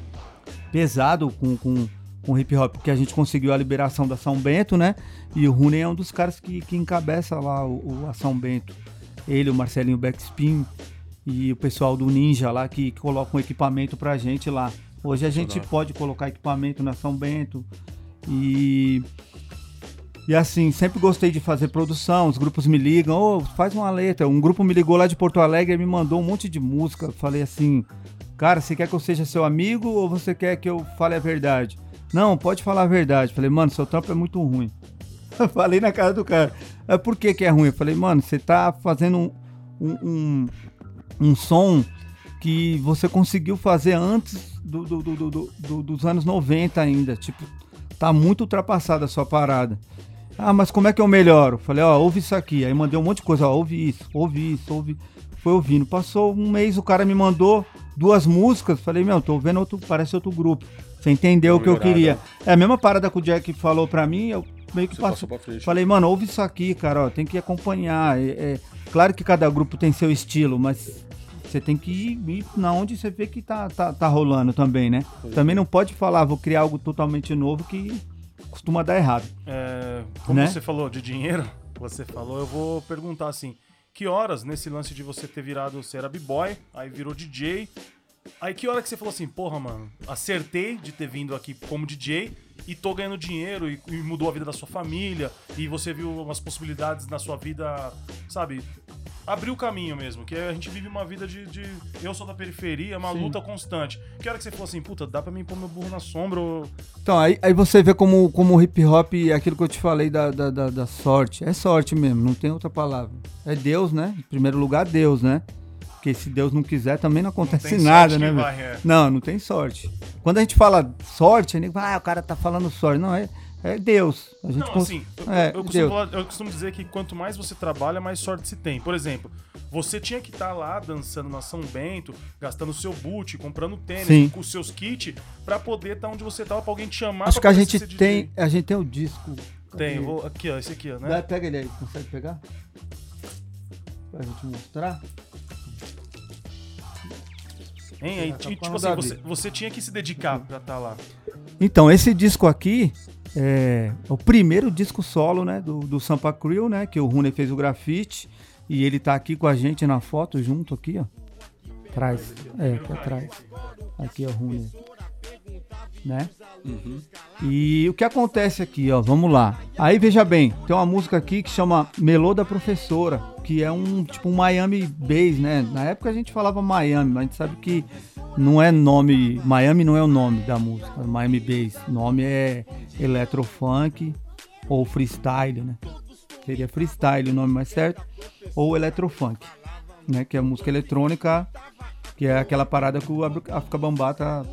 pesado com, com, com hip hop, porque a gente conseguiu a liberação da São Bento, né? E o Rooney é um dos caras que, que encabeça lá o, o, a São Bento. Ele, o Marcelinho Backspin e o pessoal do Ninja lá que, que coloca um equipamento pra gente lá. Hoje a gente pode colocar equipamento na São Bento e... E assim, sempre gostei de fazer produção, os grupos me ligam, ô, oh, faz uma letra. Um grupo me ligou lá de Porto Alegre e me mandou um monte de música. Eu falei assim, cara, você quer que eu seja seu amigo ou você quer que eu fale a verdade? Não, pode falar a verdade. Eu falei, mano, seu trampo é muito ruim. Eu falei na cara do cara, é por que que é ruim? Eu falei, mano, você tá fazendo um, um, um, um som que você conseguiu fazer antes do, do, do, do, do, dos anos noventa ainda. Tipo, tá muito ultrapassada a sua parada. Ah, mas como é que eu melhoro? Falei, ó, ouve isso aqui. Aí mandei um monte de coisa, ó, ouve isso, ouve isso, ouve. Foi ouvindo. Passou um mês, o cara me mandou duas músicas. Falei, meu, tô vendo outro, parece outro grupo. Você entendeu o que eu queria. É a mesma parada que o Jack falou pra mim, eu meio que passou. Falei, mano, ouve isso aqui, cara, ó, tem que acompanhar. É, é, claro que cada grupo tem seu estilo, mas você tem que ir, ir na onde você vê que tá, tá, tá rolando também, né? Foi. Também não pode falar, vou criar algo totalmente novo que costuma dar errado. É, como né? Você falou de dinheiro, você falou, eu vou perguntar assim, que horas nesse lance de você ter virado, você era b-boy, aí virou D J, aí que hora que você falou assim, porra, mano, acertei de ter vindo aqui como D J e tô ganhando dinheiro e, e mudou a vida da sua família e você viu umas possibilidades na sua vida, sabe, abriu o caminho mesmo, que a gente vive uma vida de, de eu sou da periferia, uma Sim. luta constante. Que hora que você falou assim, puta, dá pra mim pôr meu burro na sombra? Ou... Então, aí, aí você vê como, como o hip hop, aquilo que eu te falei da, da, da, da sorte, é sorte mesmo, não tem outra palavra. É Deus, né? Em primeiro lugar, Deus, né? Porque se Deus não quiser, também não acontece não nada, né? Vai, é. Não, não tem sorte. Quando a gente fala sorte, a gente fala, ah, o cara tá falando sorte. Não, é, é Deus. A gente não, assim, eu, é, eu, costumo falar, eu costumo dizer que quanto mais você trabalha, mais sorte se tem. Por exemplo, você tinha que estar tá lá dançando na São Bento, gastando o seu boot, comprando tênis, Sim. com os seus kits, pra poder estar tá onde você tava, pra alguém te chamar. Acho que a gente tem, a gente tem o disco. Tem, vou, aqui ó, esse aqui ó, né? Vai, pega ele aí, consegue pegar? Pra gente mostrar. Hein? Aí, tá tipo assim, você, você tinha que se dedicar pra estar tá lá. Então, esse disco aqui é o primeiro disco solo, né, do, do Sampa Crew, né, que o Rune fez o grafite e ele tá aqui com a gente na foto junto aqui, ó. Atrás. É, aqui atrás. Aqui é o Rune. Né? Uhum. E o que acontece aqui, ó, vamos lá. Aí veja bem, tem uma música aqui que chama Melô da Professora, que é um tipo um Miami Bass, né? Na época a gente falava Miami, mas a gente sabe que não é nome, Miami não é o nome da música, Miami Bass. O nome é Electrofunk ou Freestyle, né? Seria Freestyle o nome mais certo, ou Electrofunk, né? Que é a música eletrônica, que é aquela parada que o África Bambata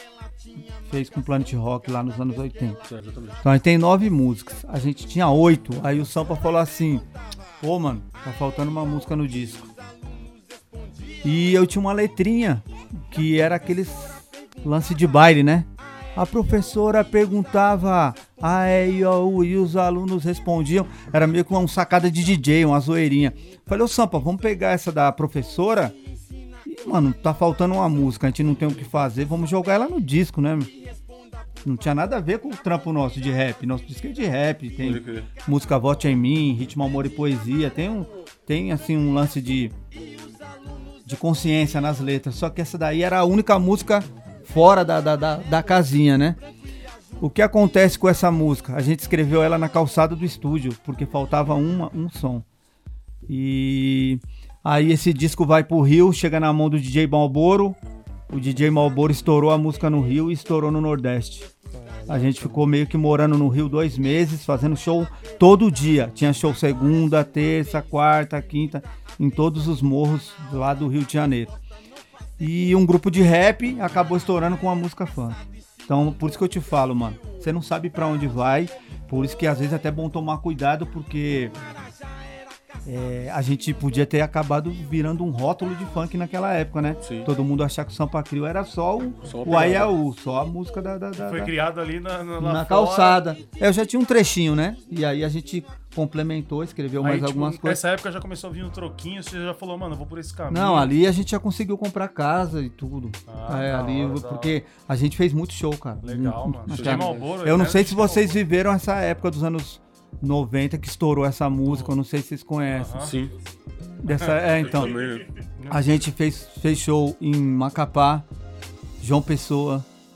fez com Planet Rock lá nos anos oitenta. É, então a gente tem nove músicas. A gente tinha oito. Aí o Sampa falou assim, pô, mano, tá faltando uma música no disco. E eu tinha uma letrinha que era aqueles lance de baile, né? A professora perguntava A, E, I, O, U e os alunos respondiam. Era meio que uma sacada de D J, uma zoeirinha. Falei, ô Sampa, vamos pegar essa da professora? E, mano, tá faltando uma música, a gente não tem o que fazer, vamos jogar ela no disco, né? Não tinha nada a ver com o trampo nosso de rap. Nosso disco é de rap, tem música Vote em Mim, Ritmo, Amor e Poesia, tem, um, tem assim, um lance de, de consciência nas letras. Só que essa daí era a única música fora da, da, da, da casinha, né? O que acontece com essa música? A gente escreveu ela na calçada do estúdio, porque faltava uma, um som. E aí esse disco vai pro Rio, chega na mão do D J Malboro. O D J Malboro estourou a música no Rio e estourou no Nordeste. A gente ficou meio que morando no Rio dois meses, fazendo show todo dia. Tinha show segunda, terça, quarta, quinta, em todos os morros lá do Rio de Janeiro. E um grupo de rap acabou estourando com a música funk. Então, por isso que eu te falo, mano, você não sabe pra onde vai, por isso que às vezes é até bom tomar cuidado, porque é, a gente podia ter acabado virando um rótulo de funk naquela época, né? Sim. Todo mundo achar que o Sampa Crew era só o, só o A I A U, só a música da... da, da Foi da, criado ali na, na, na calçada. Eu já tinha um trechinho, né? E aí a gente complementou, escreveu aí, mais tipo, algumas coisas. Nessa época já começou a vir um troquinho, você já falou, mano, eu vou por esse caminho. Não, ali a gente já conseguiu comprar casa e tudo. Ah, é, ali, hora, porque a gente fez muito show, cara. Legal, mano. Até, Malboro, eu não sei se vocês Malboro. viveram essa época dos anos noventa que estourou essa música, eu não sei se vocês conhecem. Uh-huh. Sim. Dessa, é, então, a gente fez, fez show em Macapá, João Pessoa,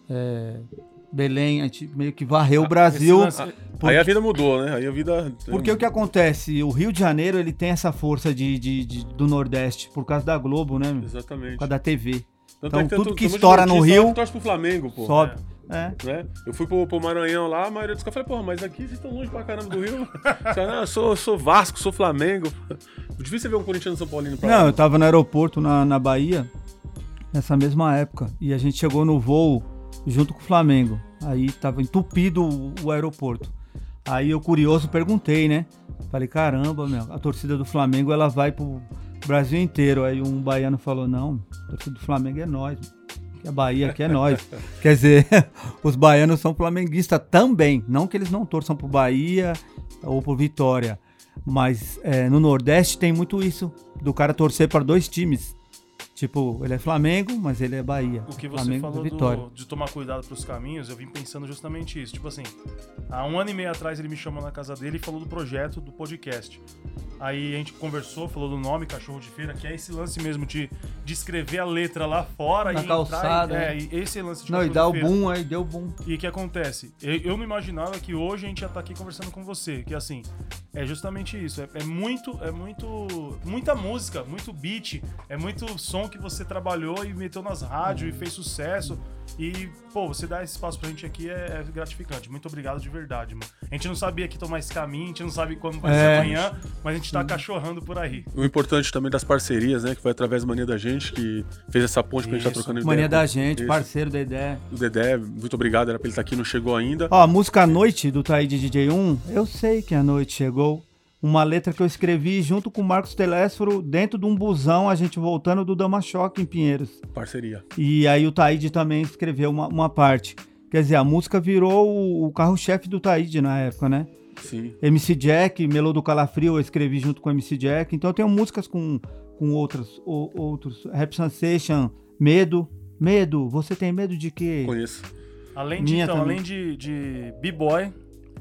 é, Belém, a gente meio que varreu o Brasil. lance- Aí porque... a vida mudou, né? Aí a vida... Porque o que acontece? O Rio de Janeiro, ele tem essa força de, de, de- do Nordeste, por causa da Globo, né? Meu? Exatamente. Por causa da T V. Tanto Então, é que tem tudo tu- que tem um monte de estoura no notícia lá Rio, que torce pro Flamengo, pô. sobe. É. Né? Eu fui pro, pro Maranhão lá, a maioria dos caras falou, porra, mas aqui vocês estão longe pra caramba do Rio. Você, não, eu sou, eu sou Vasco, sou Flamengo. Difícil você ver um corintiano São Paulino pra Não, lá. eu tava no aeroporto na, na Bahia, nessa mesma época, e a gente chegou no voo junto com o Flamengo. Aí tava entupido o, o aeroporto. Aí eu, curioso, perguntei, né? Falei, caramba, meu, a torcida do Flamengo, ela vai pro Brasil inteiro. Aí um baiano falou, não, a torcida do Flamengo é nós, que a Bahia aqui é nós. Quer dizer, os baianos são flamenguistas também, não que eles não torçam pro Bahia ou pro Vitória, mas é, no Nordeste tem muito isso, do cara torcer para dois times. Tipo, ele é Flamengo, mas ele é Bahia. O que você Flamengo falou da Vitória. do, de tomar cuidado pros caminhos, eu vim pensando justamente isso. Tipo assim, há um ano e meio atrás ele me chamou na casa dele e falou do projeto do podcast. Aí a gente conversou, falou do nome, Cachorro de Feira, que é esse lance mesmo de, de escrever a letra lá fora Na e calçada, entrar. E, né? é, e esse lance de Não, e Cachorro dá de o Feira. boom aí, deu boom. E o que acontece? Eu, eu não imaginava que hoje a gente ia estar aqui conversando com você. Que assim, é justamente isso. É, é muito, é muito. Muita música, muito beat, é muito som que você trabalhou e meteu nas rádios e fez sucesso. E, pô, você dar esse espaço pra gente aqui é, é gratificante. Muito obrigado de verdade, mano. A gente não sabia que tomar esse caminho, a gente não sabe como vai É. ser amanhã, mas a gente tá cachorrando por aí. O importante também das parcerias, né? Que foi através da Mania da Gente, que fez essa ponte pra gente estar Isso. trocando ideia. Mania da com- gente, Isso. parceiro da ideia. O Dedé, muito obrigado, era pra ele estar aqui, não chegou ainda. Ó, a música A Noite, do Taíde D J um, eu sei que a noite chegou. Uma letra que eu escrevi junto com o Marcos Telésforo, dentro de um busão, a gente voltando do Dama Choque em Pinheiros. Parceria. E aí o Taíde também escreveu uma, uma parte. Quer dizer, a música virou o, o carro-chefe do Taíde na época, né? Sim. M C Jack, Melô do Calafrio, eu escrevi junto com o M C Jack. Então eu tenho músicas com, com outras, o, outros. Rap Sensation, Medo. Medo, você tem medo de quê? Conheço. Além de, Minha então, também. além de, de b-boy,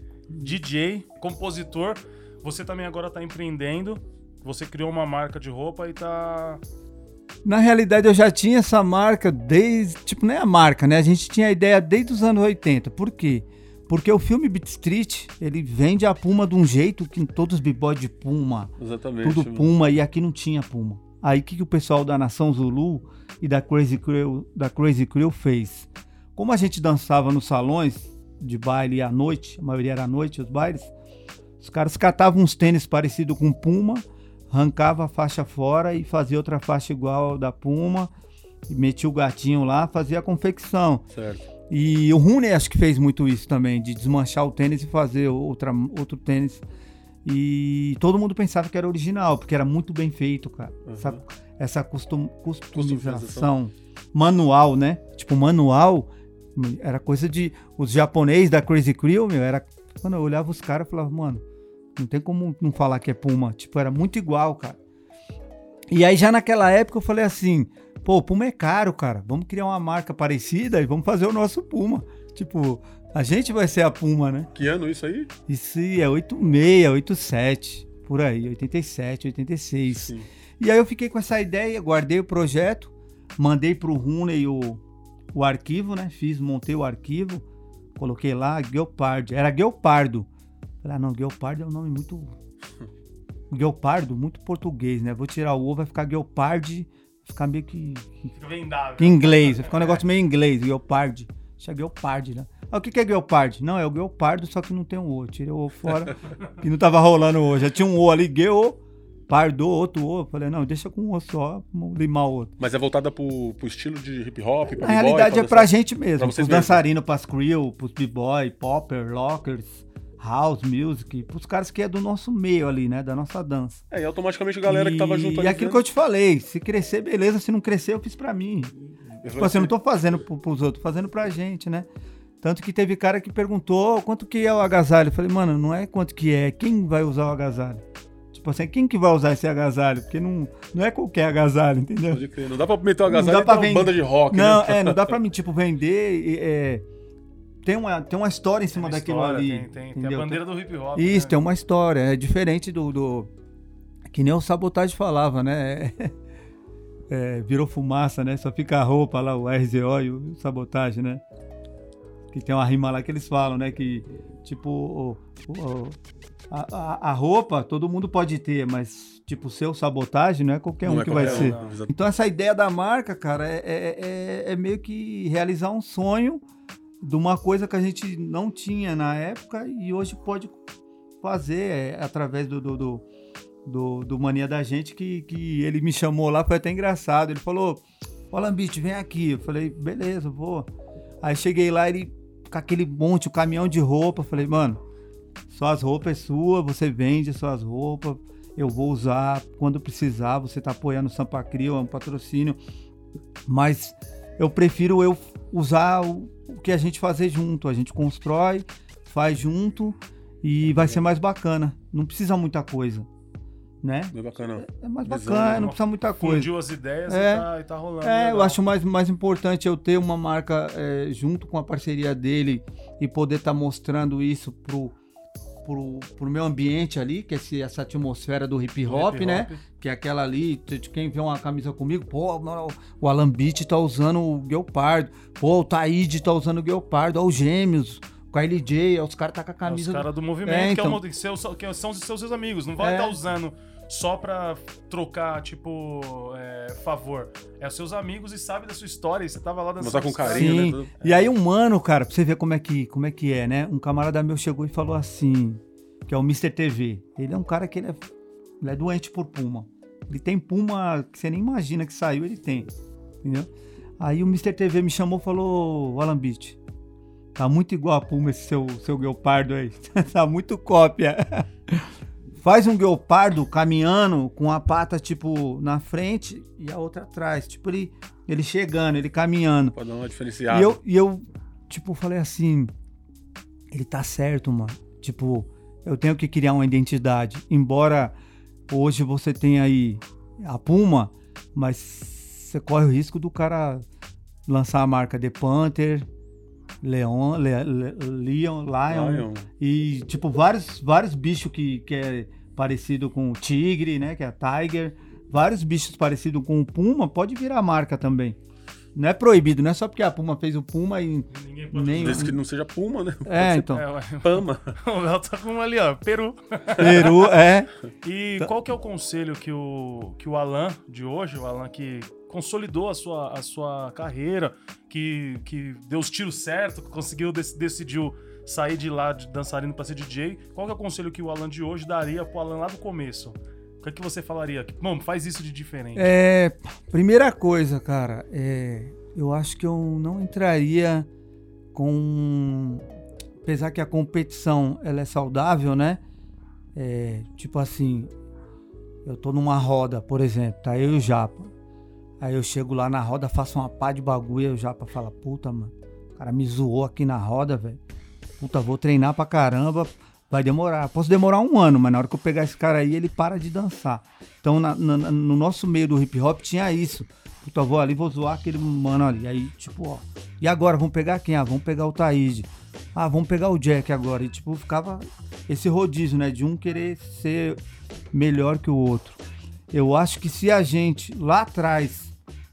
D J, compositor, você também agora tá empreendendo. Você criou uma marca de roupa e tá... Na realidade, eu já tinha essa marca desde... Tipo, não é a marca, né? A gente tinha a ideia desde os anos oitenta. Por quê? Porque o filme Beat Street, ele vende a Puma de um jeito que todos os b-boys de Puma, Exatamente. tudo mano. Puma, e aqui não tinha Puma. Aí o que, que o pessoal da Nação Zulu e da Crazy Crew, da Crazy Crew fez? Como a gente dançava nos salões de baile à noite, a maioria era à noite, os bailes, os caras catavam uns tênis parecidos com Puma, arrancava a faixa fora e fazia outra faixa igual da Puma, e metia o gatinho lá, fazia a confecção. Certo. E o Rooney acho que fez muito isso também, de desmanchar o tênis e fazer outra, outro tênis. E todo mundo pensava que era original, porque era muito bem feito, cara. Uhum. Essa, essa custom, Customização. customização manual, né? Tipo, manual era coisa de... Os japoneses da Crazy Crew, meu, era... Quando eu olhava os caras, eu falava, mano, não tem como não falar que é Puma. Tipo, era muito igual, cara. E aí já naquela época eu falei assim, pô, Puma é caro, cara. Vamos criar uma marca parecida e vamos fazer o nosso Puma. Tipo, a gente vai ser a Puma, né? Que ano isso aí? Isso é oitenta e seis, oitenta e sete, por aí, oitenta e sete, oitenta e seis. Sim. E aí eu fiquei com essa ideia, guardei o projeto, mandei pro Rooney o, o arquivo, né? Fiz, montei o arquivo, coloquei lá, Gueopard. Era Gueopardo. Falei, ah, não, Gueopardo é um nome muito... Gueopardo, muito português, né? Vou tirar o O, vai ficar Gueopard, vai ficar meio que... Fica vendável. que inglês, vai ficar um negócio meio inglês, Gueopard. Deixa Gueopard, né? Ah, o que que é Gueopard? Não, é o Gueopardo, só que não tem um O. Eu tirei o O fora, que não tava rolando o O. Já tinha um O ali, Gueopardo, outro O. Eu falei, não, deixa com um O só, vamos limar o outro. Mas é voltada pro, pro estilo de hip hop, pra Na b-boy, realidade é pra pra dançar? gente mesmo, Pra pros vocês mesmos. dançarinos, pras crew, pros b-boy, popper, lockers, house music, pros caras que é do nosso meio ali, né, da nossa dança. É, e automaticamente a galera que tava junto E aquilo que eu te falei, se crescer, beleza, se não crescer, eu fiz pra mim. Tipo assim, eu não tô fazendo pro, pros outros, tô fazendo pra gente, né? Tanto que teve cara que perguntou quanto que é o agasalho. Eu falei, mano, não é quanto que é, quem vai usar o agasalho? Tipo assim, quem que vai usar esse agasalho? Porque não, não é qualquer agasalho, entendeu? Pode crer. Não dá pra meter o agasalho Não dá e pra ter uma vender- banda de rock, Não, né? é, não dá pra mim, tipo, vender. e, É, tem, uma, tem uma história em cima Tem uma daquilo história, ali. Tem, tem, tem a entendeu? bandeira do hip hop. Isso, né? tem uma história. É diferente do. do que nem o Sabotagem falava, né? É, é, virou fumaça, né? Só fica a roupa lá, o R Z O e o Sabotagem, né? que tem uma rima lá que eles falam, né? Que, tipo, o, o, a, a, a roupa todo mundo pode ter, mas, tipo, seu sabotagem não é qualquer Não um é que qualquer vai um, ser. não. Então, essa ideia da marca, cara, é, é, é, é meio que realizar um sonho de uma coisa que a gente não tinha na época e hoje pode fazer é, através do, do, do, do, do Mania da Gente, que, que ele me chamou lá, foi até engraçado. Ele falou, ó, Lambite, vem aqui. Eu falei, beleza, vou. Aí cheguei lá, ele com aquele monte, o caminhão de roupa. Eu falei, mano, suas roupas é sua, você vende suas roupas, eu vou usar quando precisar, você tá apoiando o Sampa Crio, é um patrocínio, mas eu prefiro eu usar o, o que a gente fazer junto, a gente constrói, faz junto e vai ser mais bacana, não precisa muita coisa, né? É bacana. É, é mais Visão, bacana, né? não precisa muita coisa. Fundiu as ideias É. e, tá, e tá rolando. É, eu legal. acho mais, mais importante eu ter uma marca é, junto com a parceria dele e poder estar mostrando isso pro, pro, pro meu ambiente ali, que é esse, essa atmosfera do hip hop, hip né? hop. Que é aquela ali, de quem vê uma camisa comigo, pô, mano, o Alan Beat tá usando o Guepardo, pô, o Taíde tá usando o Guepardo, ó, os Gêmeos, o Kylie J, ó, os caras tá com a É camisa... os caras do movimento, É, que, é então. o, que, seu, que são os seus, seus amigos. Não vai É. estar usando só pra trocar, tipo, é, favor. É os seus amigos e sabe da sua história. E você tava lá dançando. Mostrar com os caras. carinho, né? Sim, Tudo. e aí um mano, cara, pra você ver como é, que, como é que é, né? Um camarada meu chegou e falou assim, que é o mister T V. Ele é um cara que ele é, ele é doente por Puma. Ele tem Puma que você nem imagina que saiu, ele tem, entendeu? Aí o mister T V me chamou e falou, Alan Beat, tá muito igual a Puma esse seu, seu Guepardo aí, tá muito cópia. Faz um Guepardo caminhando com a pata, tipo, na frente e a outra atrás. Tipo, ele, ele chegando, ele caminhando. Pode dar uma diferenciada. E eu, e eu, tipo, falei assim, ele tá certo, mano. Tipo, eu tenho que criar uma identidade. Embora hoje você tenha aí a Puma, mas você corre o risco do cara lançar a marca The Panther, Leon, Le, Le, Leon, Lion, Lion. e, tipo, vários, vários bichos que, que é parecido com o tigre, né, que é a Tiger. Vários bichos parecidos com o Puma, pode virar marca também. Não é proibido, não é só porque a Puma fez o Puma e Ninguém pode nem... Desde que não seja Puma, né? Pode É, ser então. É, ué. Pama. O Léo tá com uma ali, ó, Peru. Peru, é. E qual que é o conselho que o, que o Alan de hoje, o Alan que consolidou a sua, a sua carreira, que, que deu os tiros certos, que conseguiu, dec- decidiu sair de lá de dançarino pra ser D J, qual que é o conselho que o Alan de hoje daria pro Alan lá do começo? O que é que você falaria? Mano, faz isso de diferente. É, primeira coisa, cara, é, eu acho que eu não entraria com... Apesar que a competição, ela é saudável, né? É, tipo assim, eu tô numa roda, por exemplo, tá eu e o Japa. Aí eu chego lá na roda, faço uma pá de bagulho, e o Japa fala, puta, mano, o cara me zoou aqui na roda, velho. Puta, vou treinar pra caramba, vai demorar. Posso demorar um ano, mas na hora que eu pegar esse cara aí, ele para de dançar. Então, na, na, no nosso meio do hip hop tinha isso. Puta, vou ali, vou zoar aquele mano ali. Aí, tipo, ó, e agora, vamos pegar quem? Ah, vamos pegar o Taíde. Ah, vamos pegar o Jack agora. E, tipo, ficava esse rodízio, né, de um querer ser melhor que o outro. Eu acho que se a gente, lá atrás,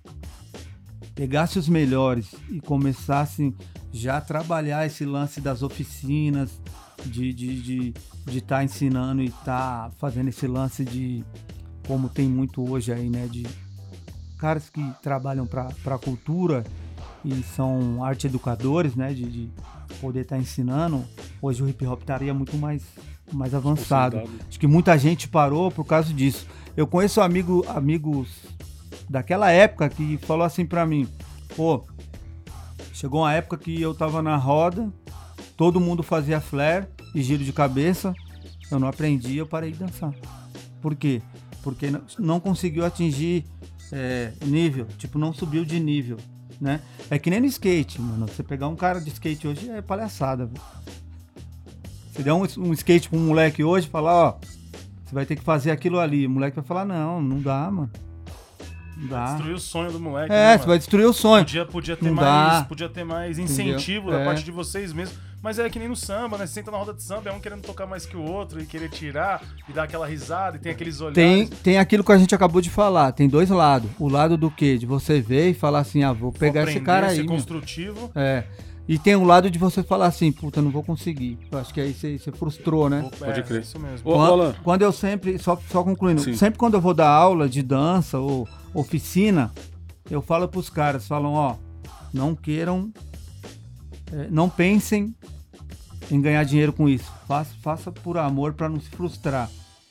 pegasse os melhores e começasse já a trabalhar esse lance das oficinas, de estar de, de, de tá ensinando e tá fazendo esse lance de, como tem muito hoje aí, né, de caras que trabalham para a cultura e são arte educadores, né, de, de poder estar tá ensinando, hoje o hip hop estaria muito mais, mais avançado. Acho que muita gente parou por causa disso. Eu conheço amigo, amigos daquela época que falou assim pra mim, pô, chegou uma época que eu tava na roda, todo mundo fazia flare e giro de cabeça, eu não aprendi, eu parei de dançar. Por quê? Porque não, não conseguiu atingir é, nível, tipo, não subiu de nível, né? É que nem no skate, mano, você pegar um cara de skate hoje é palhaçada, velho. Você der um, um skate pra um moleque hoje e falar, ó, você vai ter que fazer aquilo ali, o moleque vai falar, não, não dá, mano. Não dá. Destruir o sonho do moleque. É, né, você mano? vai destruir o sonho. Podia, podia, ter Não mais, dá. podia ter mais incentivo Entendeu? da É. parte de vocês mesmo. Mas é que nem no samba, né? Você senta na roda de samba, é um querendo tocar mais que o outro e querer tirar e dar aquela risada e tem aqueles olhares. Tem, tem aquilo que a gente acabou de falar, tem dois lados. O lado do quê? De você ver e falar assim, ah, vou pegar esse Aprender, cara ser aí. meu. construtivo. É. E tem um lado de você falar assim, puta, não vou conseguir. Eu acho que aí você, você frustrou, né? Pode crer. É, isso mesmo. Ô, Quando, Alan. quando eu sempre, só, só concluindo, Sim. sempre quando eu vou dar aula de dança ou oficina, eu falo pros caras, falam, ó, não queiram, é, não pensem em ganhar dinheiro com isso. Faça, faça por amor para não se frustrar.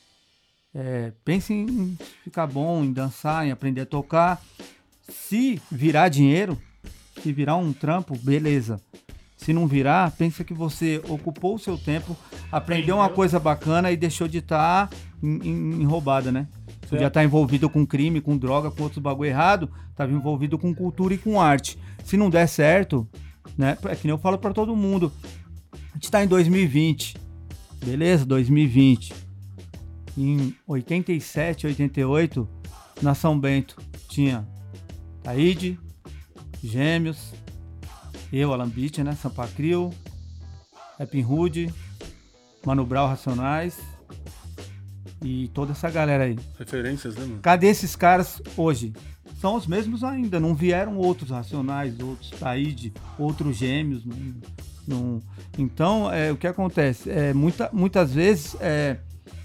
É, pense em ficar bom, em dançar, em aprender a tocar. Se virar dinheiro, se virar um trampo, beleza. Se não virar, pensa que você ocupou o seu tempo, aprendeu uma coisa bacana e deixou de estar em, em, em roubada, né? Podia estar envolvido com crime, com droga, com outros bagulho errado, estava envolvido com cultura e com arte. Se não der certo, né? É que nem eu falo para todo mundo. A gente tá em dois mil e vinte, beleza? dois mil e vinte. Em oitenta e sete, oitenta e oito, na São Bento, tinha Taíde, Gêmeos, eu, Alan Beach, né? Sampa Crio, Epping Hood, Mano Brown, Racionais e toda essa galera aí. Referências, né, mano? Cadê esses caras hoje? São os mesmos ainda, não vieram outros Racionais, outros Taíde, outros Gêmeos. Não, não. Então, é, o que acontece? É, muita, muitas vezes, é,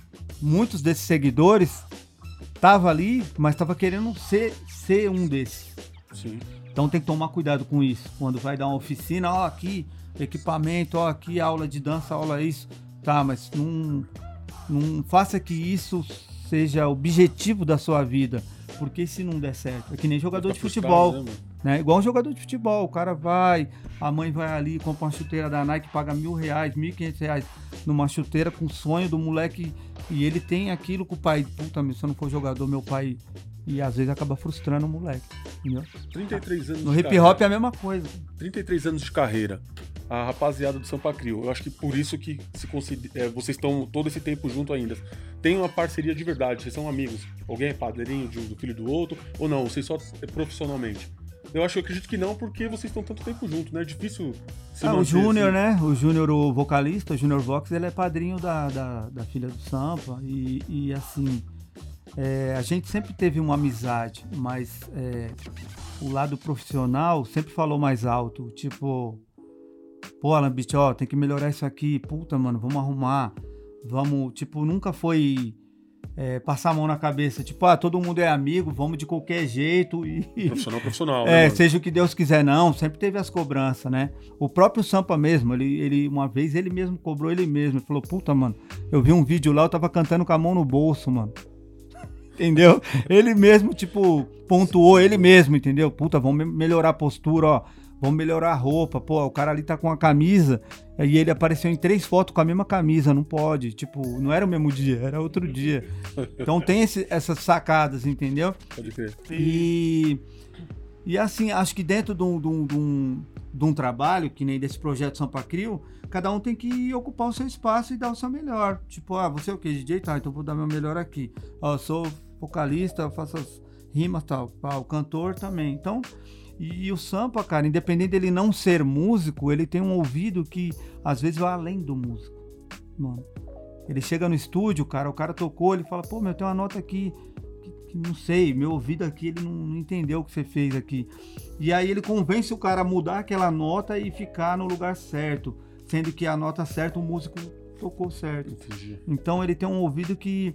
muitos desses seguidores estavam ali, mas estavam querendo ser, ser um desses. Sim. Então tem que tomar cuidado com isso. Quando vai dar uma oficina, ó, aqui, equipamento, ó, aqui, aula de dança, aula isso. Tá, mas não, não faça que isso seja o objetivo da sua vida. Porque se não der certo, é que nem jogador de futebol. Caras, né, Né? Igual um jogador de futebol, o cara vai, a mãe vai ali, compra uma chuteira da Nike, paga mil reais, mil e quinhentos reais numa chuteira com o sonho do moleque e ele tem aquilo com o pai, puta, se eu não for jogador, meu pai, e às vezes acaba frustrando o moleque, entendeu? trinta e três anos No de hip hop carreira. é a mesma coisa. trinta e três anos de carreira. A rapaziada do Sampa Crio, eu acho que por isso que se considera, é, vocês estão todo esse tempo junto ainda. Tem uma parceria de verdade, vocês são amigos. Alguém é padrinho de, do filho do outro, ou não, vocês só é profissionalmente. Eu acho, eu acredito que não, porque vocês estão tanto tempo juntos, né? É difícil se Ah, o manter Júnior, assim. né? O Júnior, o vocalista, o Júnior Vox, ele é padrinho da, da, da filha do Sampa. E, e assim, é, a gente sempre teve uma amizade, mas é, o lado profissional sempre falou mais alto. Tipo, pô, Alan Beach, ó, tem que melhorar isso aqui. Puta, mano, vamos arrumar. Vamos, tipo, nunca foi é, passar a mão na cabeça. Tipo, ah, todo mundo é amigo, vamos de qualquer jeito. E, Profissional, profissional. É, né, mano? seja o que Deus quiser, não. Sempre teve as cobranças, né? O próprio Sampa mesmo, ele, ele uma vez ele mesmo cobrou ele mesmo. Ele falou, puta, mano, eu vi um vídeo lá, eu tava cantando com a mão no bolso, mano. Entendeu? Ele mesmo, tipo, pontuou ele mesmo, entendeu? Puta, vamos me- melhorar a postura, ó. Vamos melhorar a roupa. Pô, o cara ali tá com a camisa e ele apareceu em três fotos com a mesma camisa. Não pode. Tipo, não era o mesmo dia, era outro dia. Então tem esse- essas sacadas, entendeu? Pode crer. E, e assim, acho que dentro de um, de, um, de, um, de um trabalho, que nem desse projeto Sampa Crio, cada um tem que ocupar o seu espaço e dar o seu melhor. Tipo, ah, você é o quê? D J? Tá, então vou dar meu melhor aqui. Ó, eu sou vocalista, eu faço as rimas e tal. Ah, o cantor também. Então, e, e o Sampa, cara, independente dele não ser músico, ele tem um ouvido que às vezes vai além do músico. Mano, ele chega no estúdio, cara, o cara tocou, ele fala, pô, meu, tem uma nota aqui que, que não sei, meu ouvido aqui, ele não, não entendeu o que você fez aqui. E aí ele convence o cara a mudar aquela nota e ficar no lugar certo, sendo que a nota certa o músico tocou certo. Entendi. Então ele tem um ouvido que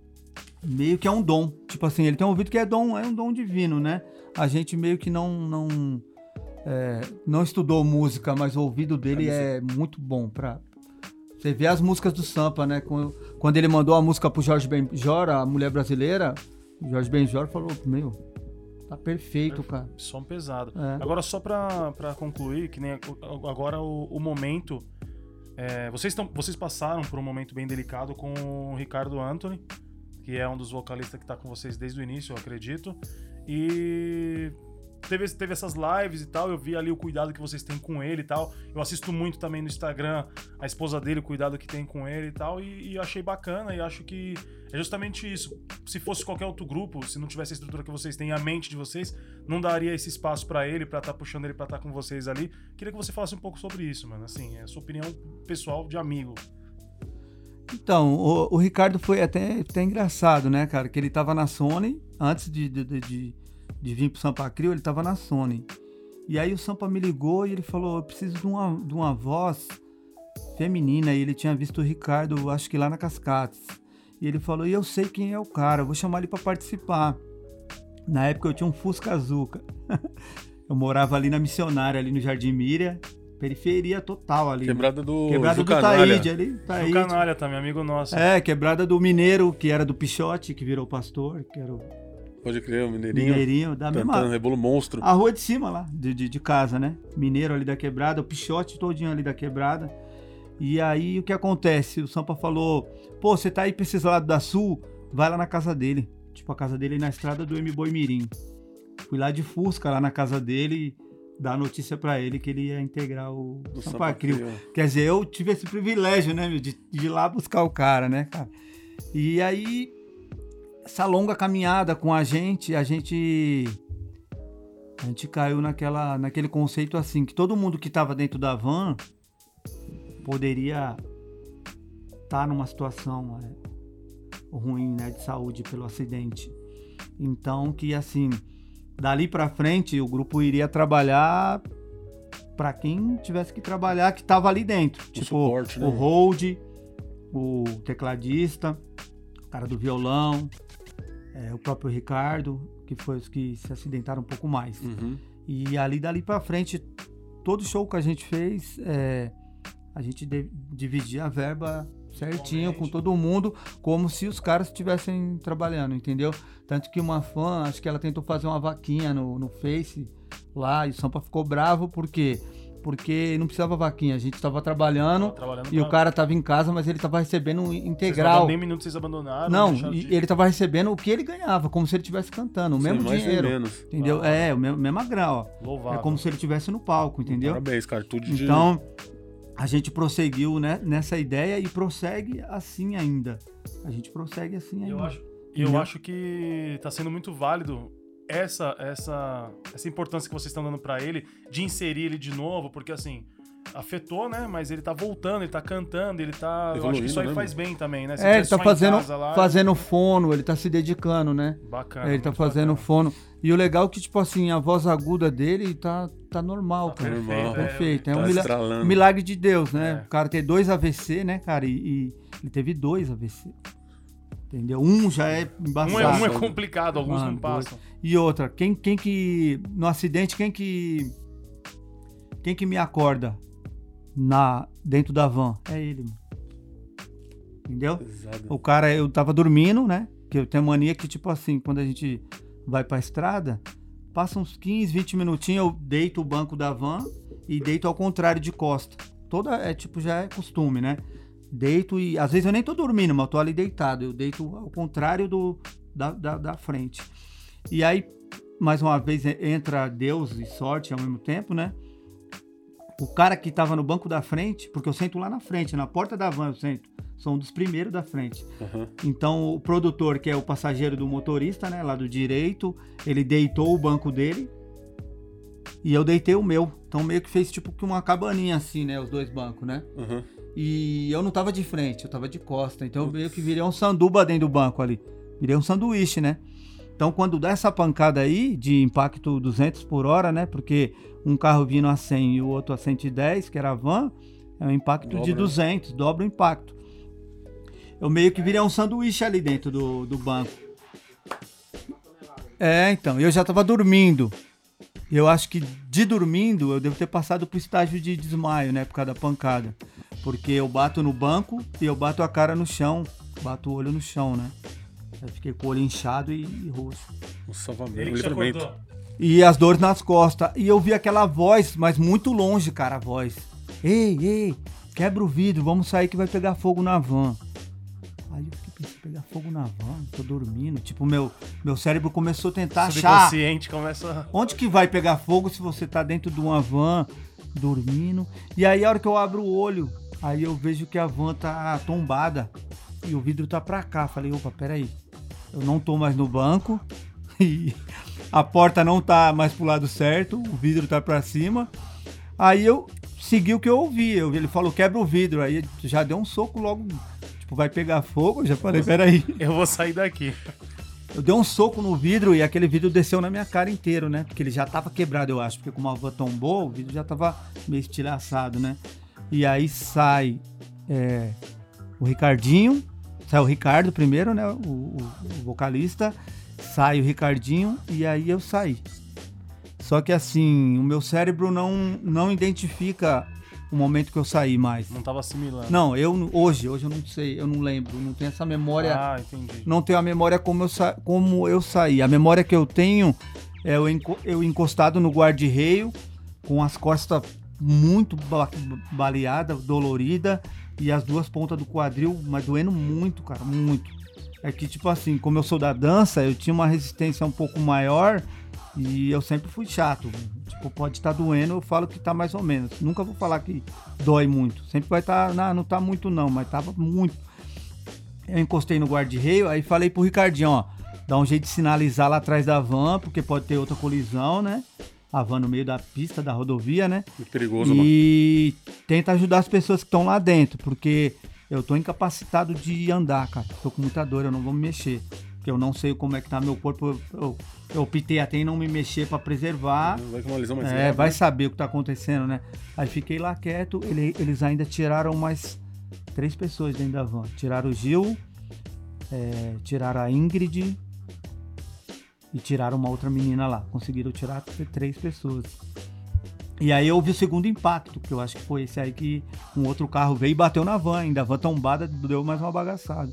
meio que é um dom. Tipo assim, ele tem um ouvido que é dom, é um dom divino, né? A gente meio que não não, é, não estudou música, mas o ouvido dele é muito bom pra... Você vê as músicas do Sampa, né? Quando, quando ele mandou a música pro Jorge Benjor, a mulher brasileira, o Jorge Benjor falou, meu, tá perfeito, cara. Som pesado. É. Agora, só pra, pra concluir, que nem a- agora o, o momento... é, vocês, tão, vocês passaram por um momento bem delicado com o Ricardo Anthony, que é um dos vocalistas que tá com vocês desde o início, eu acredito. E teve, teve essas lives e tal, eu vi ali o cuidado que vocês têm com ele e tal. Eu assisto muito também no Instagram a esposa dele, o cuidado que tem com ele e tal, e, e achei bacana, e acho que é justamente isso. Se fosse qualquer outro grupo, se não tivesse a estrutura que vocês têm, a mente de vocês, não daria esse espaço pra ele, pra estar tá puxando ele pra estar tá com vocês ali. Queria que você falasse um pouco sobre isso, mano, assim, é a sua opinião pessoal de amigo. Então, o, o Ricardo foi até, até engraçado, né, cara? Que ele tava na Sony, antes de, de, de, de vir pro Sampa Crio, ele tava na Sony. E aí o Sampa me ligou e ele falou, eu preciso de uma, de uma voz feminina. E ele tinha visto o Ricardo, acho que lá na Cascates. E ele falou, e eu sei quem é o cara, eu vou chamar ele pra participar. Na época eu tinha um Fusca Azul. Eu morava ali na Missionária, ali no Jardim Miriam. Periferia total ali. Quebrada do Quebrada do Zucanalha. Taíde ali. Taíde. Zucanalha também, amigo nosso. É, quebrada do Mineiro, que era do Pichote, que virou pastor, que era o Pode crer, o Mineirinho. Mineirinho, da Cantando mesma... Rebolo Monstro. A rua de cima lá, de, de, de casa, né? Mineiro ali da quebrada, o Pichote todinho ali da quebrada. E aí o que acontece? O Sampa falou, pô, você tá aí pra esses lados da Sul? Vai lá na casa dele. Tipo, a casa dele na estrada do M. Boi Mirim. Fui lá de Fusca, lá na casa dele, dar a notícia pra ele que ele ia integrar o Do Sampa Sampa Crio. Crio. Quer dizer, eu tive esse privilégio, né, meu, de, de ir lá buscar o cara, né, cara? E aí, essa longa caminhada com a gente, a gente... A gente caiu naquela, naquele conceito assim, que todo mundo que tava dentro da van poderia estar tá numa situação é, ruim, né, de saúde pelo acidente. Então, que assim... Dali pra frente, o grupo iria trabalhar pra quem tivesse que trabalhar, que tava ali dentro. O tipo, suporte, né? o hold, o tecladista, o cara do violão, é, o próprio Ricardo, que foi os que se acidentaram um pouco mais. Uhum. E ali, dali pra frente, todo show que a gente fez, é, a gente de- dividia a verba certinho com todo mundo, como se os caras estivessem trabalhando, entendeu? Tanto que uma fã, acho que ela tentou fazer uma vaquinha no, no Face lá, e o Sampa ficou bravo, por quê? Porque não precisava vaquinha, a gente estava trabalhando, Tava trabalhando e pra- o cara estava em casa, mas ele estava recebendo Vocês não integral. davam nem minuto, vocês abandonaram. Não, deixaram e de- ele estava recebendo o que ele ganhava, como se ele estivesse cantando, o Sim, mesmo mais dinheiro, ou menos. entendeu? Ah. É, o mesmo, mesma grau, ó. Louvável. É como se ele estivesse no palco, entendeu? Parabéns, cara. Tudo de... Então, a gente prosseguiu, né, nessa ideia e prossegue assim ainda. A gente prossegue assim ainda. Eu acho, eu Entendeu? acho que tá sendo muito válido essa, essa, essa importância que vocês estão dando pra ele de inserir ele de novo, porque assim, afetou, né? Mas ele tá voltando, ele tá cantando, ele tá. Eu acho que isso aí Evoluindo, né, faz bem também, né? Se É, ele tivesse tá só em fazendo, casa lá, fazendo fono, ele tá se dedicando, né? Bacana. ele tá muito fazendo bacana. fono. E o legal é que, tipo assim, a voz aguda dele tá, tá normal, Tá cara. perfeito, normal. é, Perfeito. É Tá um, mila- estralando. um milagre de Deus, né? É. O cara ter dois A V C, né, cara? E, e ele teve dois A V C. Entendeu? Um já é embaçado. Um é, um é complicado, alguns Mano, não passam. E outra, quem, quem que. No acidente, quem que. Quem que me acorda na, dentro da van? É ele, mano. Entendeu? Pesado. O cara, eu tava dormindo, né? Que eu tenho mania que, tipo assim, quando a gente vai pra estrada, passa uns quinze, vinte minutinhos, eu deito o banco da van e deito ao contrário de costa. Toda, é tipo, já é costume, né? Deito e, às vezes eu nem tô dormindo, mas eu tô ali deitado. Eu deito ao contrário do, da, da, da frente. E aí, mais uma vez, entra Deus e sorte ao mesmo tempo, né? O cara que tava no banco da frente, porque eu sento lá na frente, na porta da van eu sento. Sou um dos primeiros da frente. Uhum. Então, o produtor, que é o passageiro do motorista, né, lá do direito, ele deitou o banco dele e eu deitei o meu. Então, meio que fez tipo que uma cabaninha assim, né, os dois bancos, né? Uhum. E eu não tava de frente, eu tava de costa. Então, eu meio que virei um sanduba dentro do banco ali. Virei um sanduíche, né? Então, quando dá essa pancada aí, de impacto duzentos por hora, né? Porque um carro vindo a cem e o outro a cento e dez, que era a van, é um impacto Dobra, de né? duzentos, dobra o impacto. Eu meio que virei um sanduíche ali dentro do, do banco. É, então, eu já tava dormindo. Eu acho que de dormindo, eu devo ter passado pro estágio de desmaio, né? Por causa da pancada. Porque eu bato no banco e eu bato a cara no chão. Bato o olho no chão, né? Eu fiquei com o olho inchado e, e roxo. Um salvamento, Ele um que te livramento. acordou. E as dores nas costas. E eu vi aquela voz, mas muito longe, cara, a voz. Ei, ei, quebra o vidro, vamos sair que vai pegar fogo na van. Aí eu fiquei pensando, pegar fogo na van, tô dormindo. Tipo, meu, meu cérebro começou a tentar achar Subconsciente começa. onde que vai pegar fogo se você tá dentro de uma van, dormindo. E aí a hora que eu abro o olho, aí eu vejo que a van tá tombada e o vidro tá pra cá. Falei, opa, peraí, eu não tô mais no banco e a porta não tá mais pro lado certo, o vidro tá pra cima. Aí eu segui o que eu ouvi, eu, ele falou, quebra o vidro, aí já deu um soco logo, tipo, vai pegar fogo, eu já falei, peraí. Eu vou sair daqui. eu dei um soco no vidro e aquele vidro desceu na minha cara inteiro, né? Porque ele já tava quebrado, eu acho. Porque como a van tombou, o vidro já tava meio estilhaçado, né? E aí sai é, o Ricardinho, sai o Ricardo primeiro, né? O, o, o vocalista, sai o Ricardinho e aí eu saí. Só que assim, o meu cérebro não, não identifica o momento que eu saí mais. Não tava assimilando. Não, eu hoje, hoje eu não sei, eu não lembro, não tenho essa memória. Ah, entendi. Não tenho a memória como eu, sa- como eu saí. A memória que eu tenho é eu, enco- eu encostado no guarda-reio, com as costas muito ba- baleadas, dolorida, e as duas pontas do quadril, mas doendo muito, cara, muito. É que, tipo assim, como eu sou da dança, eu tinha uma resistência um pouco maior e eu sempre fui chato. Tipo, pode estar doendo, eu falo que tá mais ou menos. Nunca vou falar que dói muito. Sempre vai estar, tá, não, não tá muito não, mas tava muito. Eu encostei no guarda-reio, aí falei pro Ricardinho, ó, dá um jeito de sinalizar lá atrás da van, porque pode ter outra colisão, né? A van no meio da pista, da rodovia, né? Muito perigoso, mano. E tenta ajudar as pessoas que estão lá dentro, porque eu tô incapacitado de andar, cara. Tô com muita dor, eu não vou me mexer. Porque eu não sei como é que tá meu corpo. Eu, eu, eu optei até em não me mexer pra preservar. Vai com uma lesão mais É, grave, vai né? saber o que tá acontecendo, né? Aí fiquei lá quieto, ele- eles ainda tiraram mais três pessoas dentro da van. Tiraram o Gil, é, tiraram a Ingrid e tiraram uma outra menina lá. Conseguiram tirar três pessoas. E aí houve o segundo impacto, que eu acho que foi esse aí que um outro carro veio e bateu na van, ainda a van tombada deu mais uma bagaçada.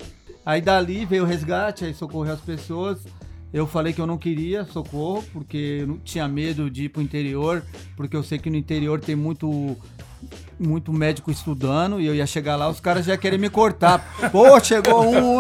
Aí dali veio o resgate, aí socorreu as pessoas. Eu falei que eu não queria socorro, porque eu não tinha medo de ir pro interior, porque eu sei que no interior tem muito, muito médico estudando, e eu ia chegar lá, os caras já querem me cortar. Pô, chegou um...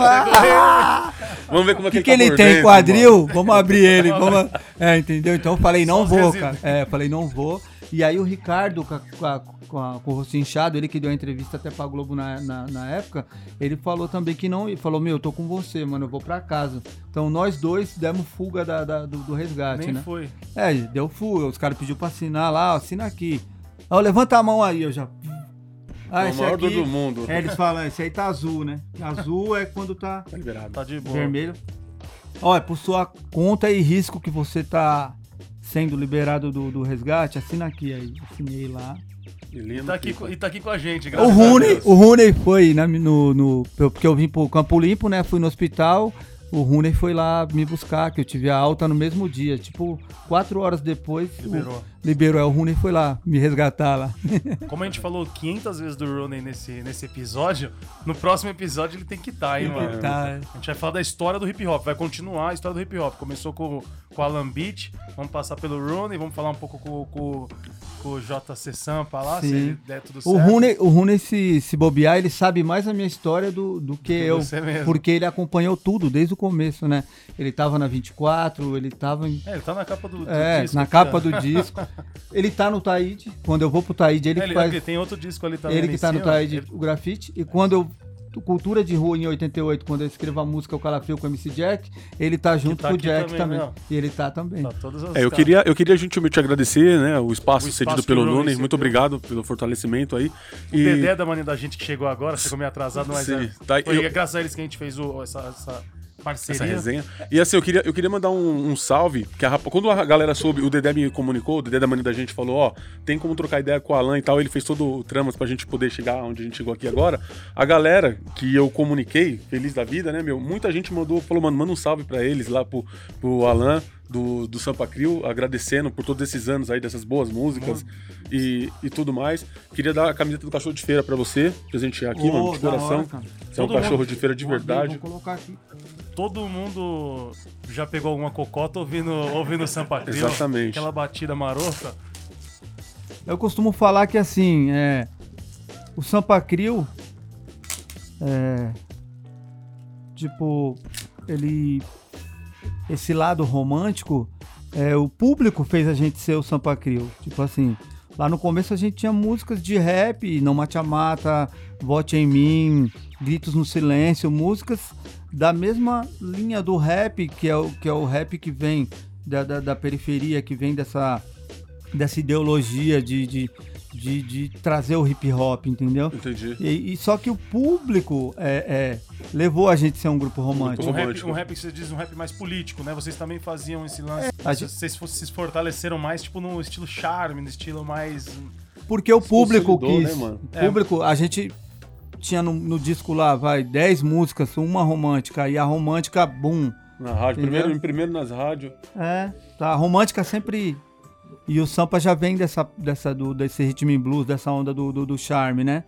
Ah! Vamos ver como é O que, que, que ele tá ele por tem? dentro, Quadril? mano. Vamos abrir ele. Vamos... É, entendeu? Então eu falei, não Só os vou, resíduos. cara. É, falei, não vou. E aí o Ricardo, com, a- com, a- com, a- com o rosto inchado, ele que deu a entrevista até pra Globo na, na, na época, ele falou também que não, ele falou, meu, eu tô com você, mano, eu vou pra casa. Então nós dois demos fuga da, da- do, do resgate, Nem né? foi. É, deu fuga, os caras pediram pra assinar lá, ó, assina aqui. Ó, levanta a mão aí, eu já... Ah, É o esse maior aqui... dor do mundo. É, eles falam, esse aí tá azul, né? Azul é quando tá... Tá liberado. Tá de boa. Vermelho. Olha, por sua conta e risco que você tá sendo liberado do, do resgate, assina aqui aí. Assinei lá. E E lindo tá, aqui, que- e tá aqui com a gente, O graças a Rooney, Deus. o Rooney foi né, no, no. Porque eu vim pro Campo Limpo, né? Fui no hospital. O Rooney foi lá me buscar, que eu tive a alta no mesmo dia. Tipo, quatro horas depois. Liberou. O, liberou. É, o Rooney foi lá me resgatar lá. Como a gente falou quinhentas vezes do Rooney nesse, nesse episódio, no próximo episódio ele tem que estar, hein, mano? Tá. A gente vai falar da história do hip hop, vai continuar a história do hip hop. Começou com, com o Alan Beach, vamos passar pelo Rooney, vamos falar um pouco com, com, com o J C Sampa lá, se Sim. ele der tudo certo. O Rooney, o Rooney se, se bobear, ele sabe mais a minha história do, do que eu. você mesmo. Porque ele acompanhou tudo desde o começo, né? Ele tava na vinte e quatro, ele tava em. É, ele tá na capa do, do É, disco. na aqui, capa ó. do disco. Ele tá no Taíde. Quando eu vou pro Taíde, ele É, que ele, faz. porque tem outro disco ali também. Ele ali que em tá no cima. Taíde, Ele- o grafite. E quando eu. Cultura de Rua em oitenta e oito, quando eu escrevo a música O Calafrio com o M C Jack, ele tá junto tá com o aqui Jack também, também. né? E ele tá também. Tá todas as É, eu caras. queria, eu queria gentilmente agradecer, né, o espaço, O espaço cedido que pelo o Rooney Rooney. cedeu. Muito obrigado pelo fortalecimento aí. O Dedé da mania da gente que chegou agora, chegou meio atrasado, mas Sim, é, tá, foi eu- graças a eles que a gente fez o- essa, essa parceria. essa resenha. E assim, eu queria, eu queria mandar um, um salve, que a, rapa- quando a galera soube, o Dedé me comunicou, o Dedé da mania da gente falou, ó, tem como trocar ideia com o Alan e tal, ele fez todo o tramas pra gente poder chegar onde a gente chegou aqui agora. A galera que eu comuniquei, feliz da vida, né, meu, muita gente mandou, falou, mano, manda um salve pra eles lá, pro, pro Alan, do, do Sampa Crio, agradecendo por todos esses anos aí, dessas boas músicas e, e tudo mais. Queria dar a camiseta do Cachorro de Feira pra você, presentear aqui, Ô, mano, de da coração. hora, cara. Você é um Todo cachorro mundo- de feira de Vamos abrir, verdade. Vou colocar aqui. Todo mundo já pegou alguma cocota ouvindo, ouvindo o Sampa Crio. Exatamente. Aquela batida marota. Eu costumo falar que assim, é, o Sampa Crio, é, tipo, ele, esse lado romântico, é, o público fez a gente ser o Sampa Crio. Tipo assim, lá no começo a gente tinha músicas de rap, Não Mate a Mata, Vote em Mim, Gritos no Silêncio, músicas da mesma linha do rap, que é o, que é o rap que vem da, da, da periferia, que vem dessa, dessa ideologia de, de, de, de trazer o hip hop, entendeu? Entendi. E, e só que o público é, é, levou a gente a ser um grupo romântico. Um rap, romântico. um rap que você diz, um rap mais político, né? Vocês também faziam esse lance. a Vocês, gente- vocês se fortaleceram mais, tipo, no estilo charme, no estilo mais. Porque o público consolidou, quis. né, mano? O público, a gente tinha no, no disco lá, vai, dez músicas, uma romântica, e a romântica, boom. Na rádio, Entendeu? primeiro, primeiro nas rádios. É, tá, a romântica sempre... E o Sampa já vem dessa, dessa, do, desse ritmo em blues, dessa onda do, do, do charme, né?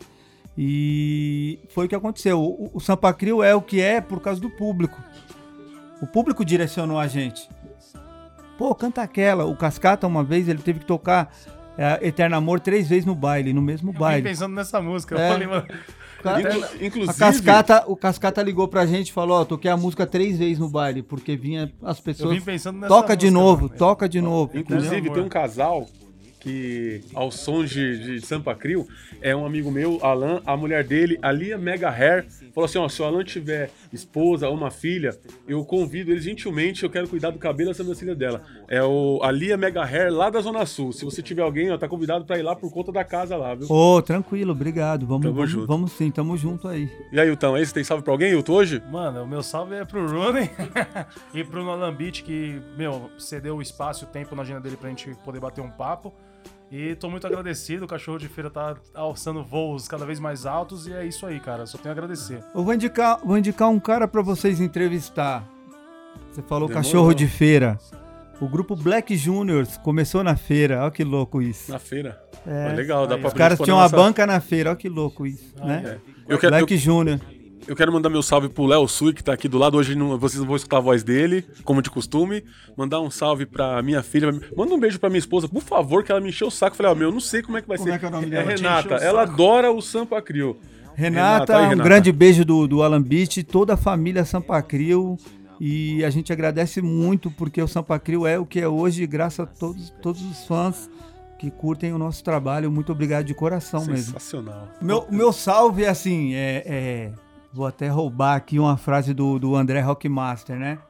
E foi o que aconteceu. O, o Sampa Crio é o que é por causa do público. O público direcionou a gente. Pô, canta aquela. O Cascata, uma vez, ele teve que tocar é, Eterno Amor três vezes no baile, no mesmo Eu vim baile. pensando nessa música. Eu É. falei, mano. Ca- Inclu- A inclusive, Cascata, o Cascata ligou pra gente e falou, ó, toquei a música três vezes no baile, porque vinha as Eu pessoas... vim pensando nessa Toca de música, novo, mano. toca de novo. inclusive Amor. tem um casal que, ao som de, de Sampa Crio, é um amigo meu, Alan, a mulher dele, a Lia Mega Hair, falou assim, ó, se o Alan tiver esposa ou uma filha, eu convido ele gentilmente, eu quero cuidar do cabelo dessa filha dela. É o, a Lia Mega Hair, lá da Zona Sul. Se você tiver alguém, ó, tá convidado pra ir lá por conta da casa lá, viu? Ô, tranquilo, obrigado. Vamos, Tamo vamos, junto. vamos sim, tamo junto aí. E aí, Hilton, aí você tem salve pra alguém, Hilton, hoje? Mano, o meu salve é pro Rooney e pro Nolan Beat, que, meu, cedeu o espaço e o tempo na agenda dele pra gente poder bater um papo. E tô muito agradecido, o Cachorro de Feira tá alçando voos cada vez mais altos e é isso aí, cara. Só tenho a agradecer. Eu vou indicar, vou indicar um cara pra vocês entrevistar. Você falou Demorou. Cachorro de Feira. O grupo Black Juniors começou na feira, olha que louco isso. Na feira. É. Foi legal, dá Aí, pra ó. Os caras responder tinham uma nossa- banca na feira, olha que louco isso, Ah, né? É. Eu quero, Black eu, Junior. eu quero mandar meu salve pro Léo Sui, que tá aqui do lado. Hoje não, vocês não vão escutar a voz dele, como de costume. Mandar um salve pra minha filha. Manda um beijo pra minha esposa, por favor, que ela me encheu o saco. Falei, ó, meu, eu não sei como é que vai Como ser. é que é o nome É dela? Renata, Te encheu o ela saco. adora o Sampa Crio. Renata, aí, um Renata. grande beijo do, do Alan Beat, toda a família Sampa Crio. E a gente agradece muito, porque o Sampa Crio é o que é hoje, graças a todos, todos os fãs que curtem o nosso trabalho. Muito obrigado de coração mesmo. Sensacional. Meu, meu salve é assim, é, é- vou até roubar aqui uma frase do, do André Rockmaster, né?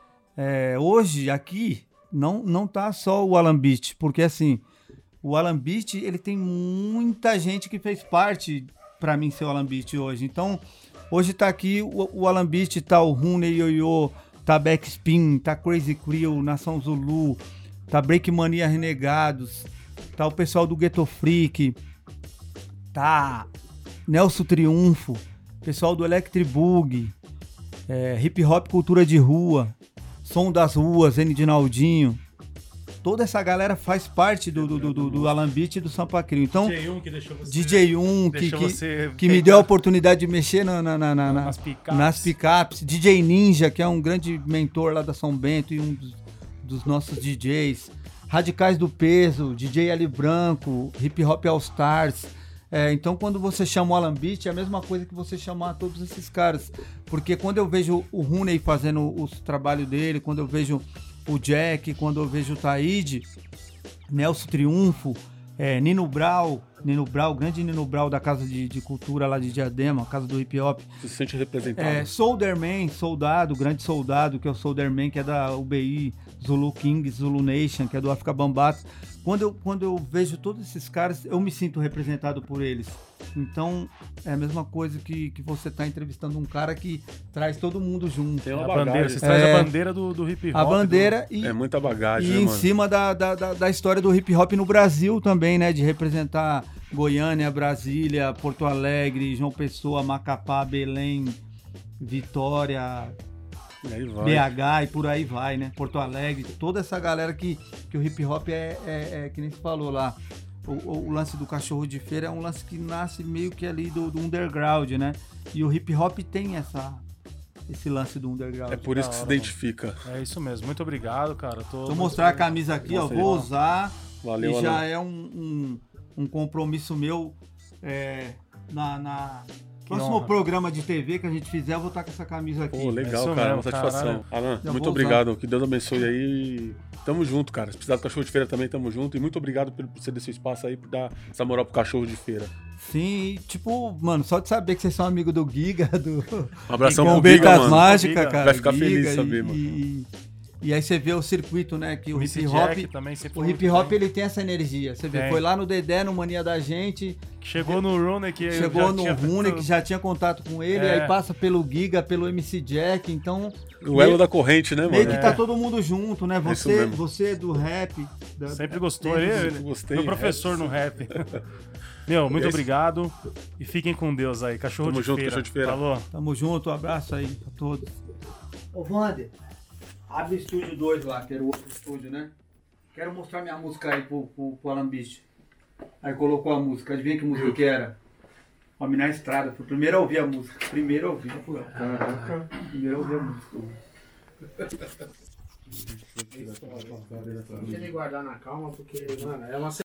É, hoje, aqui, não, não tá só o Alan Beat, porque assim, o Alan Beat, ele tem muita gente que fez parte pra mim ser o Alan Beat hoje. Então, hoje tá aqui o, o Alan Beat, tá o Rooney Yoyo, tá Backspin, tá Crazy Crew, Nação Zulu, tá Break Mania Renegados, tá o pessoal do Ghetto Freak, tá Nelson Triunfo, pessoal do Electric Bug, é, Hip Hop Cultura de Rua, Som das Ruas, N de Naldinho. Toda essa galera faz parte do, do, do, do Alan Beat e do Sampa Crio. Então, D J um que deixou você... D J um, que, deixou que, você que me pegar deu a oportunidade de mexer na, na, na, na- nas picapes. nas picapes. D J Ninja, que é um grande mentor lá da São Bento e um dos, dos nossos D Js. Radicais do Peso, D J Ali Branco, Hip Hop All Stars. É, então, quando você chama o Alan Beat, é a mesma coisa que você chamar todos esses caras. Porque quando eu vejo o Rooney fazendo os trabalhos dele, quando eu vejo o Jack, quando eu vejo o Taíde, Nelson Triunfo, é, Nino Brau, Nino Brau, grande Nino Brau da Casa de, de Cultura lá de Diadema, Casa do Hip Hop. Você se sente representado. É, Solderman, soldado, grande soldado, que é o Solderman, que é da U B I, Zulu King, Zulu Nation, que é do África Bambaato. Quando eu, quando eu vejo todos esses caras, eu me sinto representado por eles. Então, é a mesma coisa que, que você tá entrevistando um cara que traz todo mundo junto. Tem A uma bandeira, bagagem. vocês trazem É. a bandeira do, do hip hop. A bandeira e, É muita bagagem, e né, em mano? cima da, da, da, da história do hip hop no Brasil também, né? De representar Goiânia, Brasília, Porto Alegre, João Pessoa, Macapá, Belém, Vitória, E aí vai. B H e por aí vai, né? Porto Alegre, toda essa galera que, que o hip hop é, é, é que nem se falou lá. O, o- o lance do Cachorro de Feira é um lance que nasce meio que ali do, do underground, né? E o hip hop tem essa, esse lance do underground. É por isso que se Da hora, identifica. É isso mesmo. Muito obrigado, cara. Tô, Vou mostrar a camisa aqui, ó. Mostra aí, Vou ó. usar. Valeu, e já Alan. é um, um, um compromisso meu é, na, na próximo honra. programa de T V que a gente fizer, eu vou estar com essa camisa aqui. Pô, legal, Isso cara. mesmo, Uma satisfação. caralho. Alan, Já muito vou obrigado. Que Deus abençoe aí. Tamo junto, cara. Se precisar do Cachorro de Feira também, tamo junto. E muito obrigado por por ceder seu espaço aí, por dar essa moral pro Cachorro de Feira. Sim, e, tipo, mano, só de saber que vocês são amigo do Giga, do Um abração com pro Giga, Betas mano. Mágica, Giga. cara. Vai ficar Giga, feliz de saber, e, mano. E, E aí você vê o circuito, né? Que o, O hip Missy hop. Jack também sempre O foi hip muito hop bem. ele tem essa energia. Você vê, Tem. foi lá no Dedé, no Mania da Gente. Chegou no Rooney que Chegou já no tinha Rune, feito- que já tinha contato com ele, É. aí passa pelo Giga, pelo M C Jack, então. O elo da corrente, né, Meio mano? que tá todo mundo junto, né? isso Você, mesmo. você do rap. da- Sempre gostou. sempre Ele, sempre ele, gostei, meu professor no rap. Meu, muito Esse- obrigado. E fiquem com Deus aí. Cachorro Tamo de junto, feira. cachorro de feira. Falou. Tamo junto, um abraço aí pra todos. Ô, Wander, abre o estúdio dois lá, que era o outro estúdio, né? Quero mostrar minha música aí pro, pro, pro Alan Beach. Aí colocou a música, adivinha que música que era? Homem na Estrada, foi o primeiro a ouvir a música. Primeiro a ouvir, não fui eu. Primeiro a ouvir a música. Deixa ele guardar na calma, porque, mano, é uma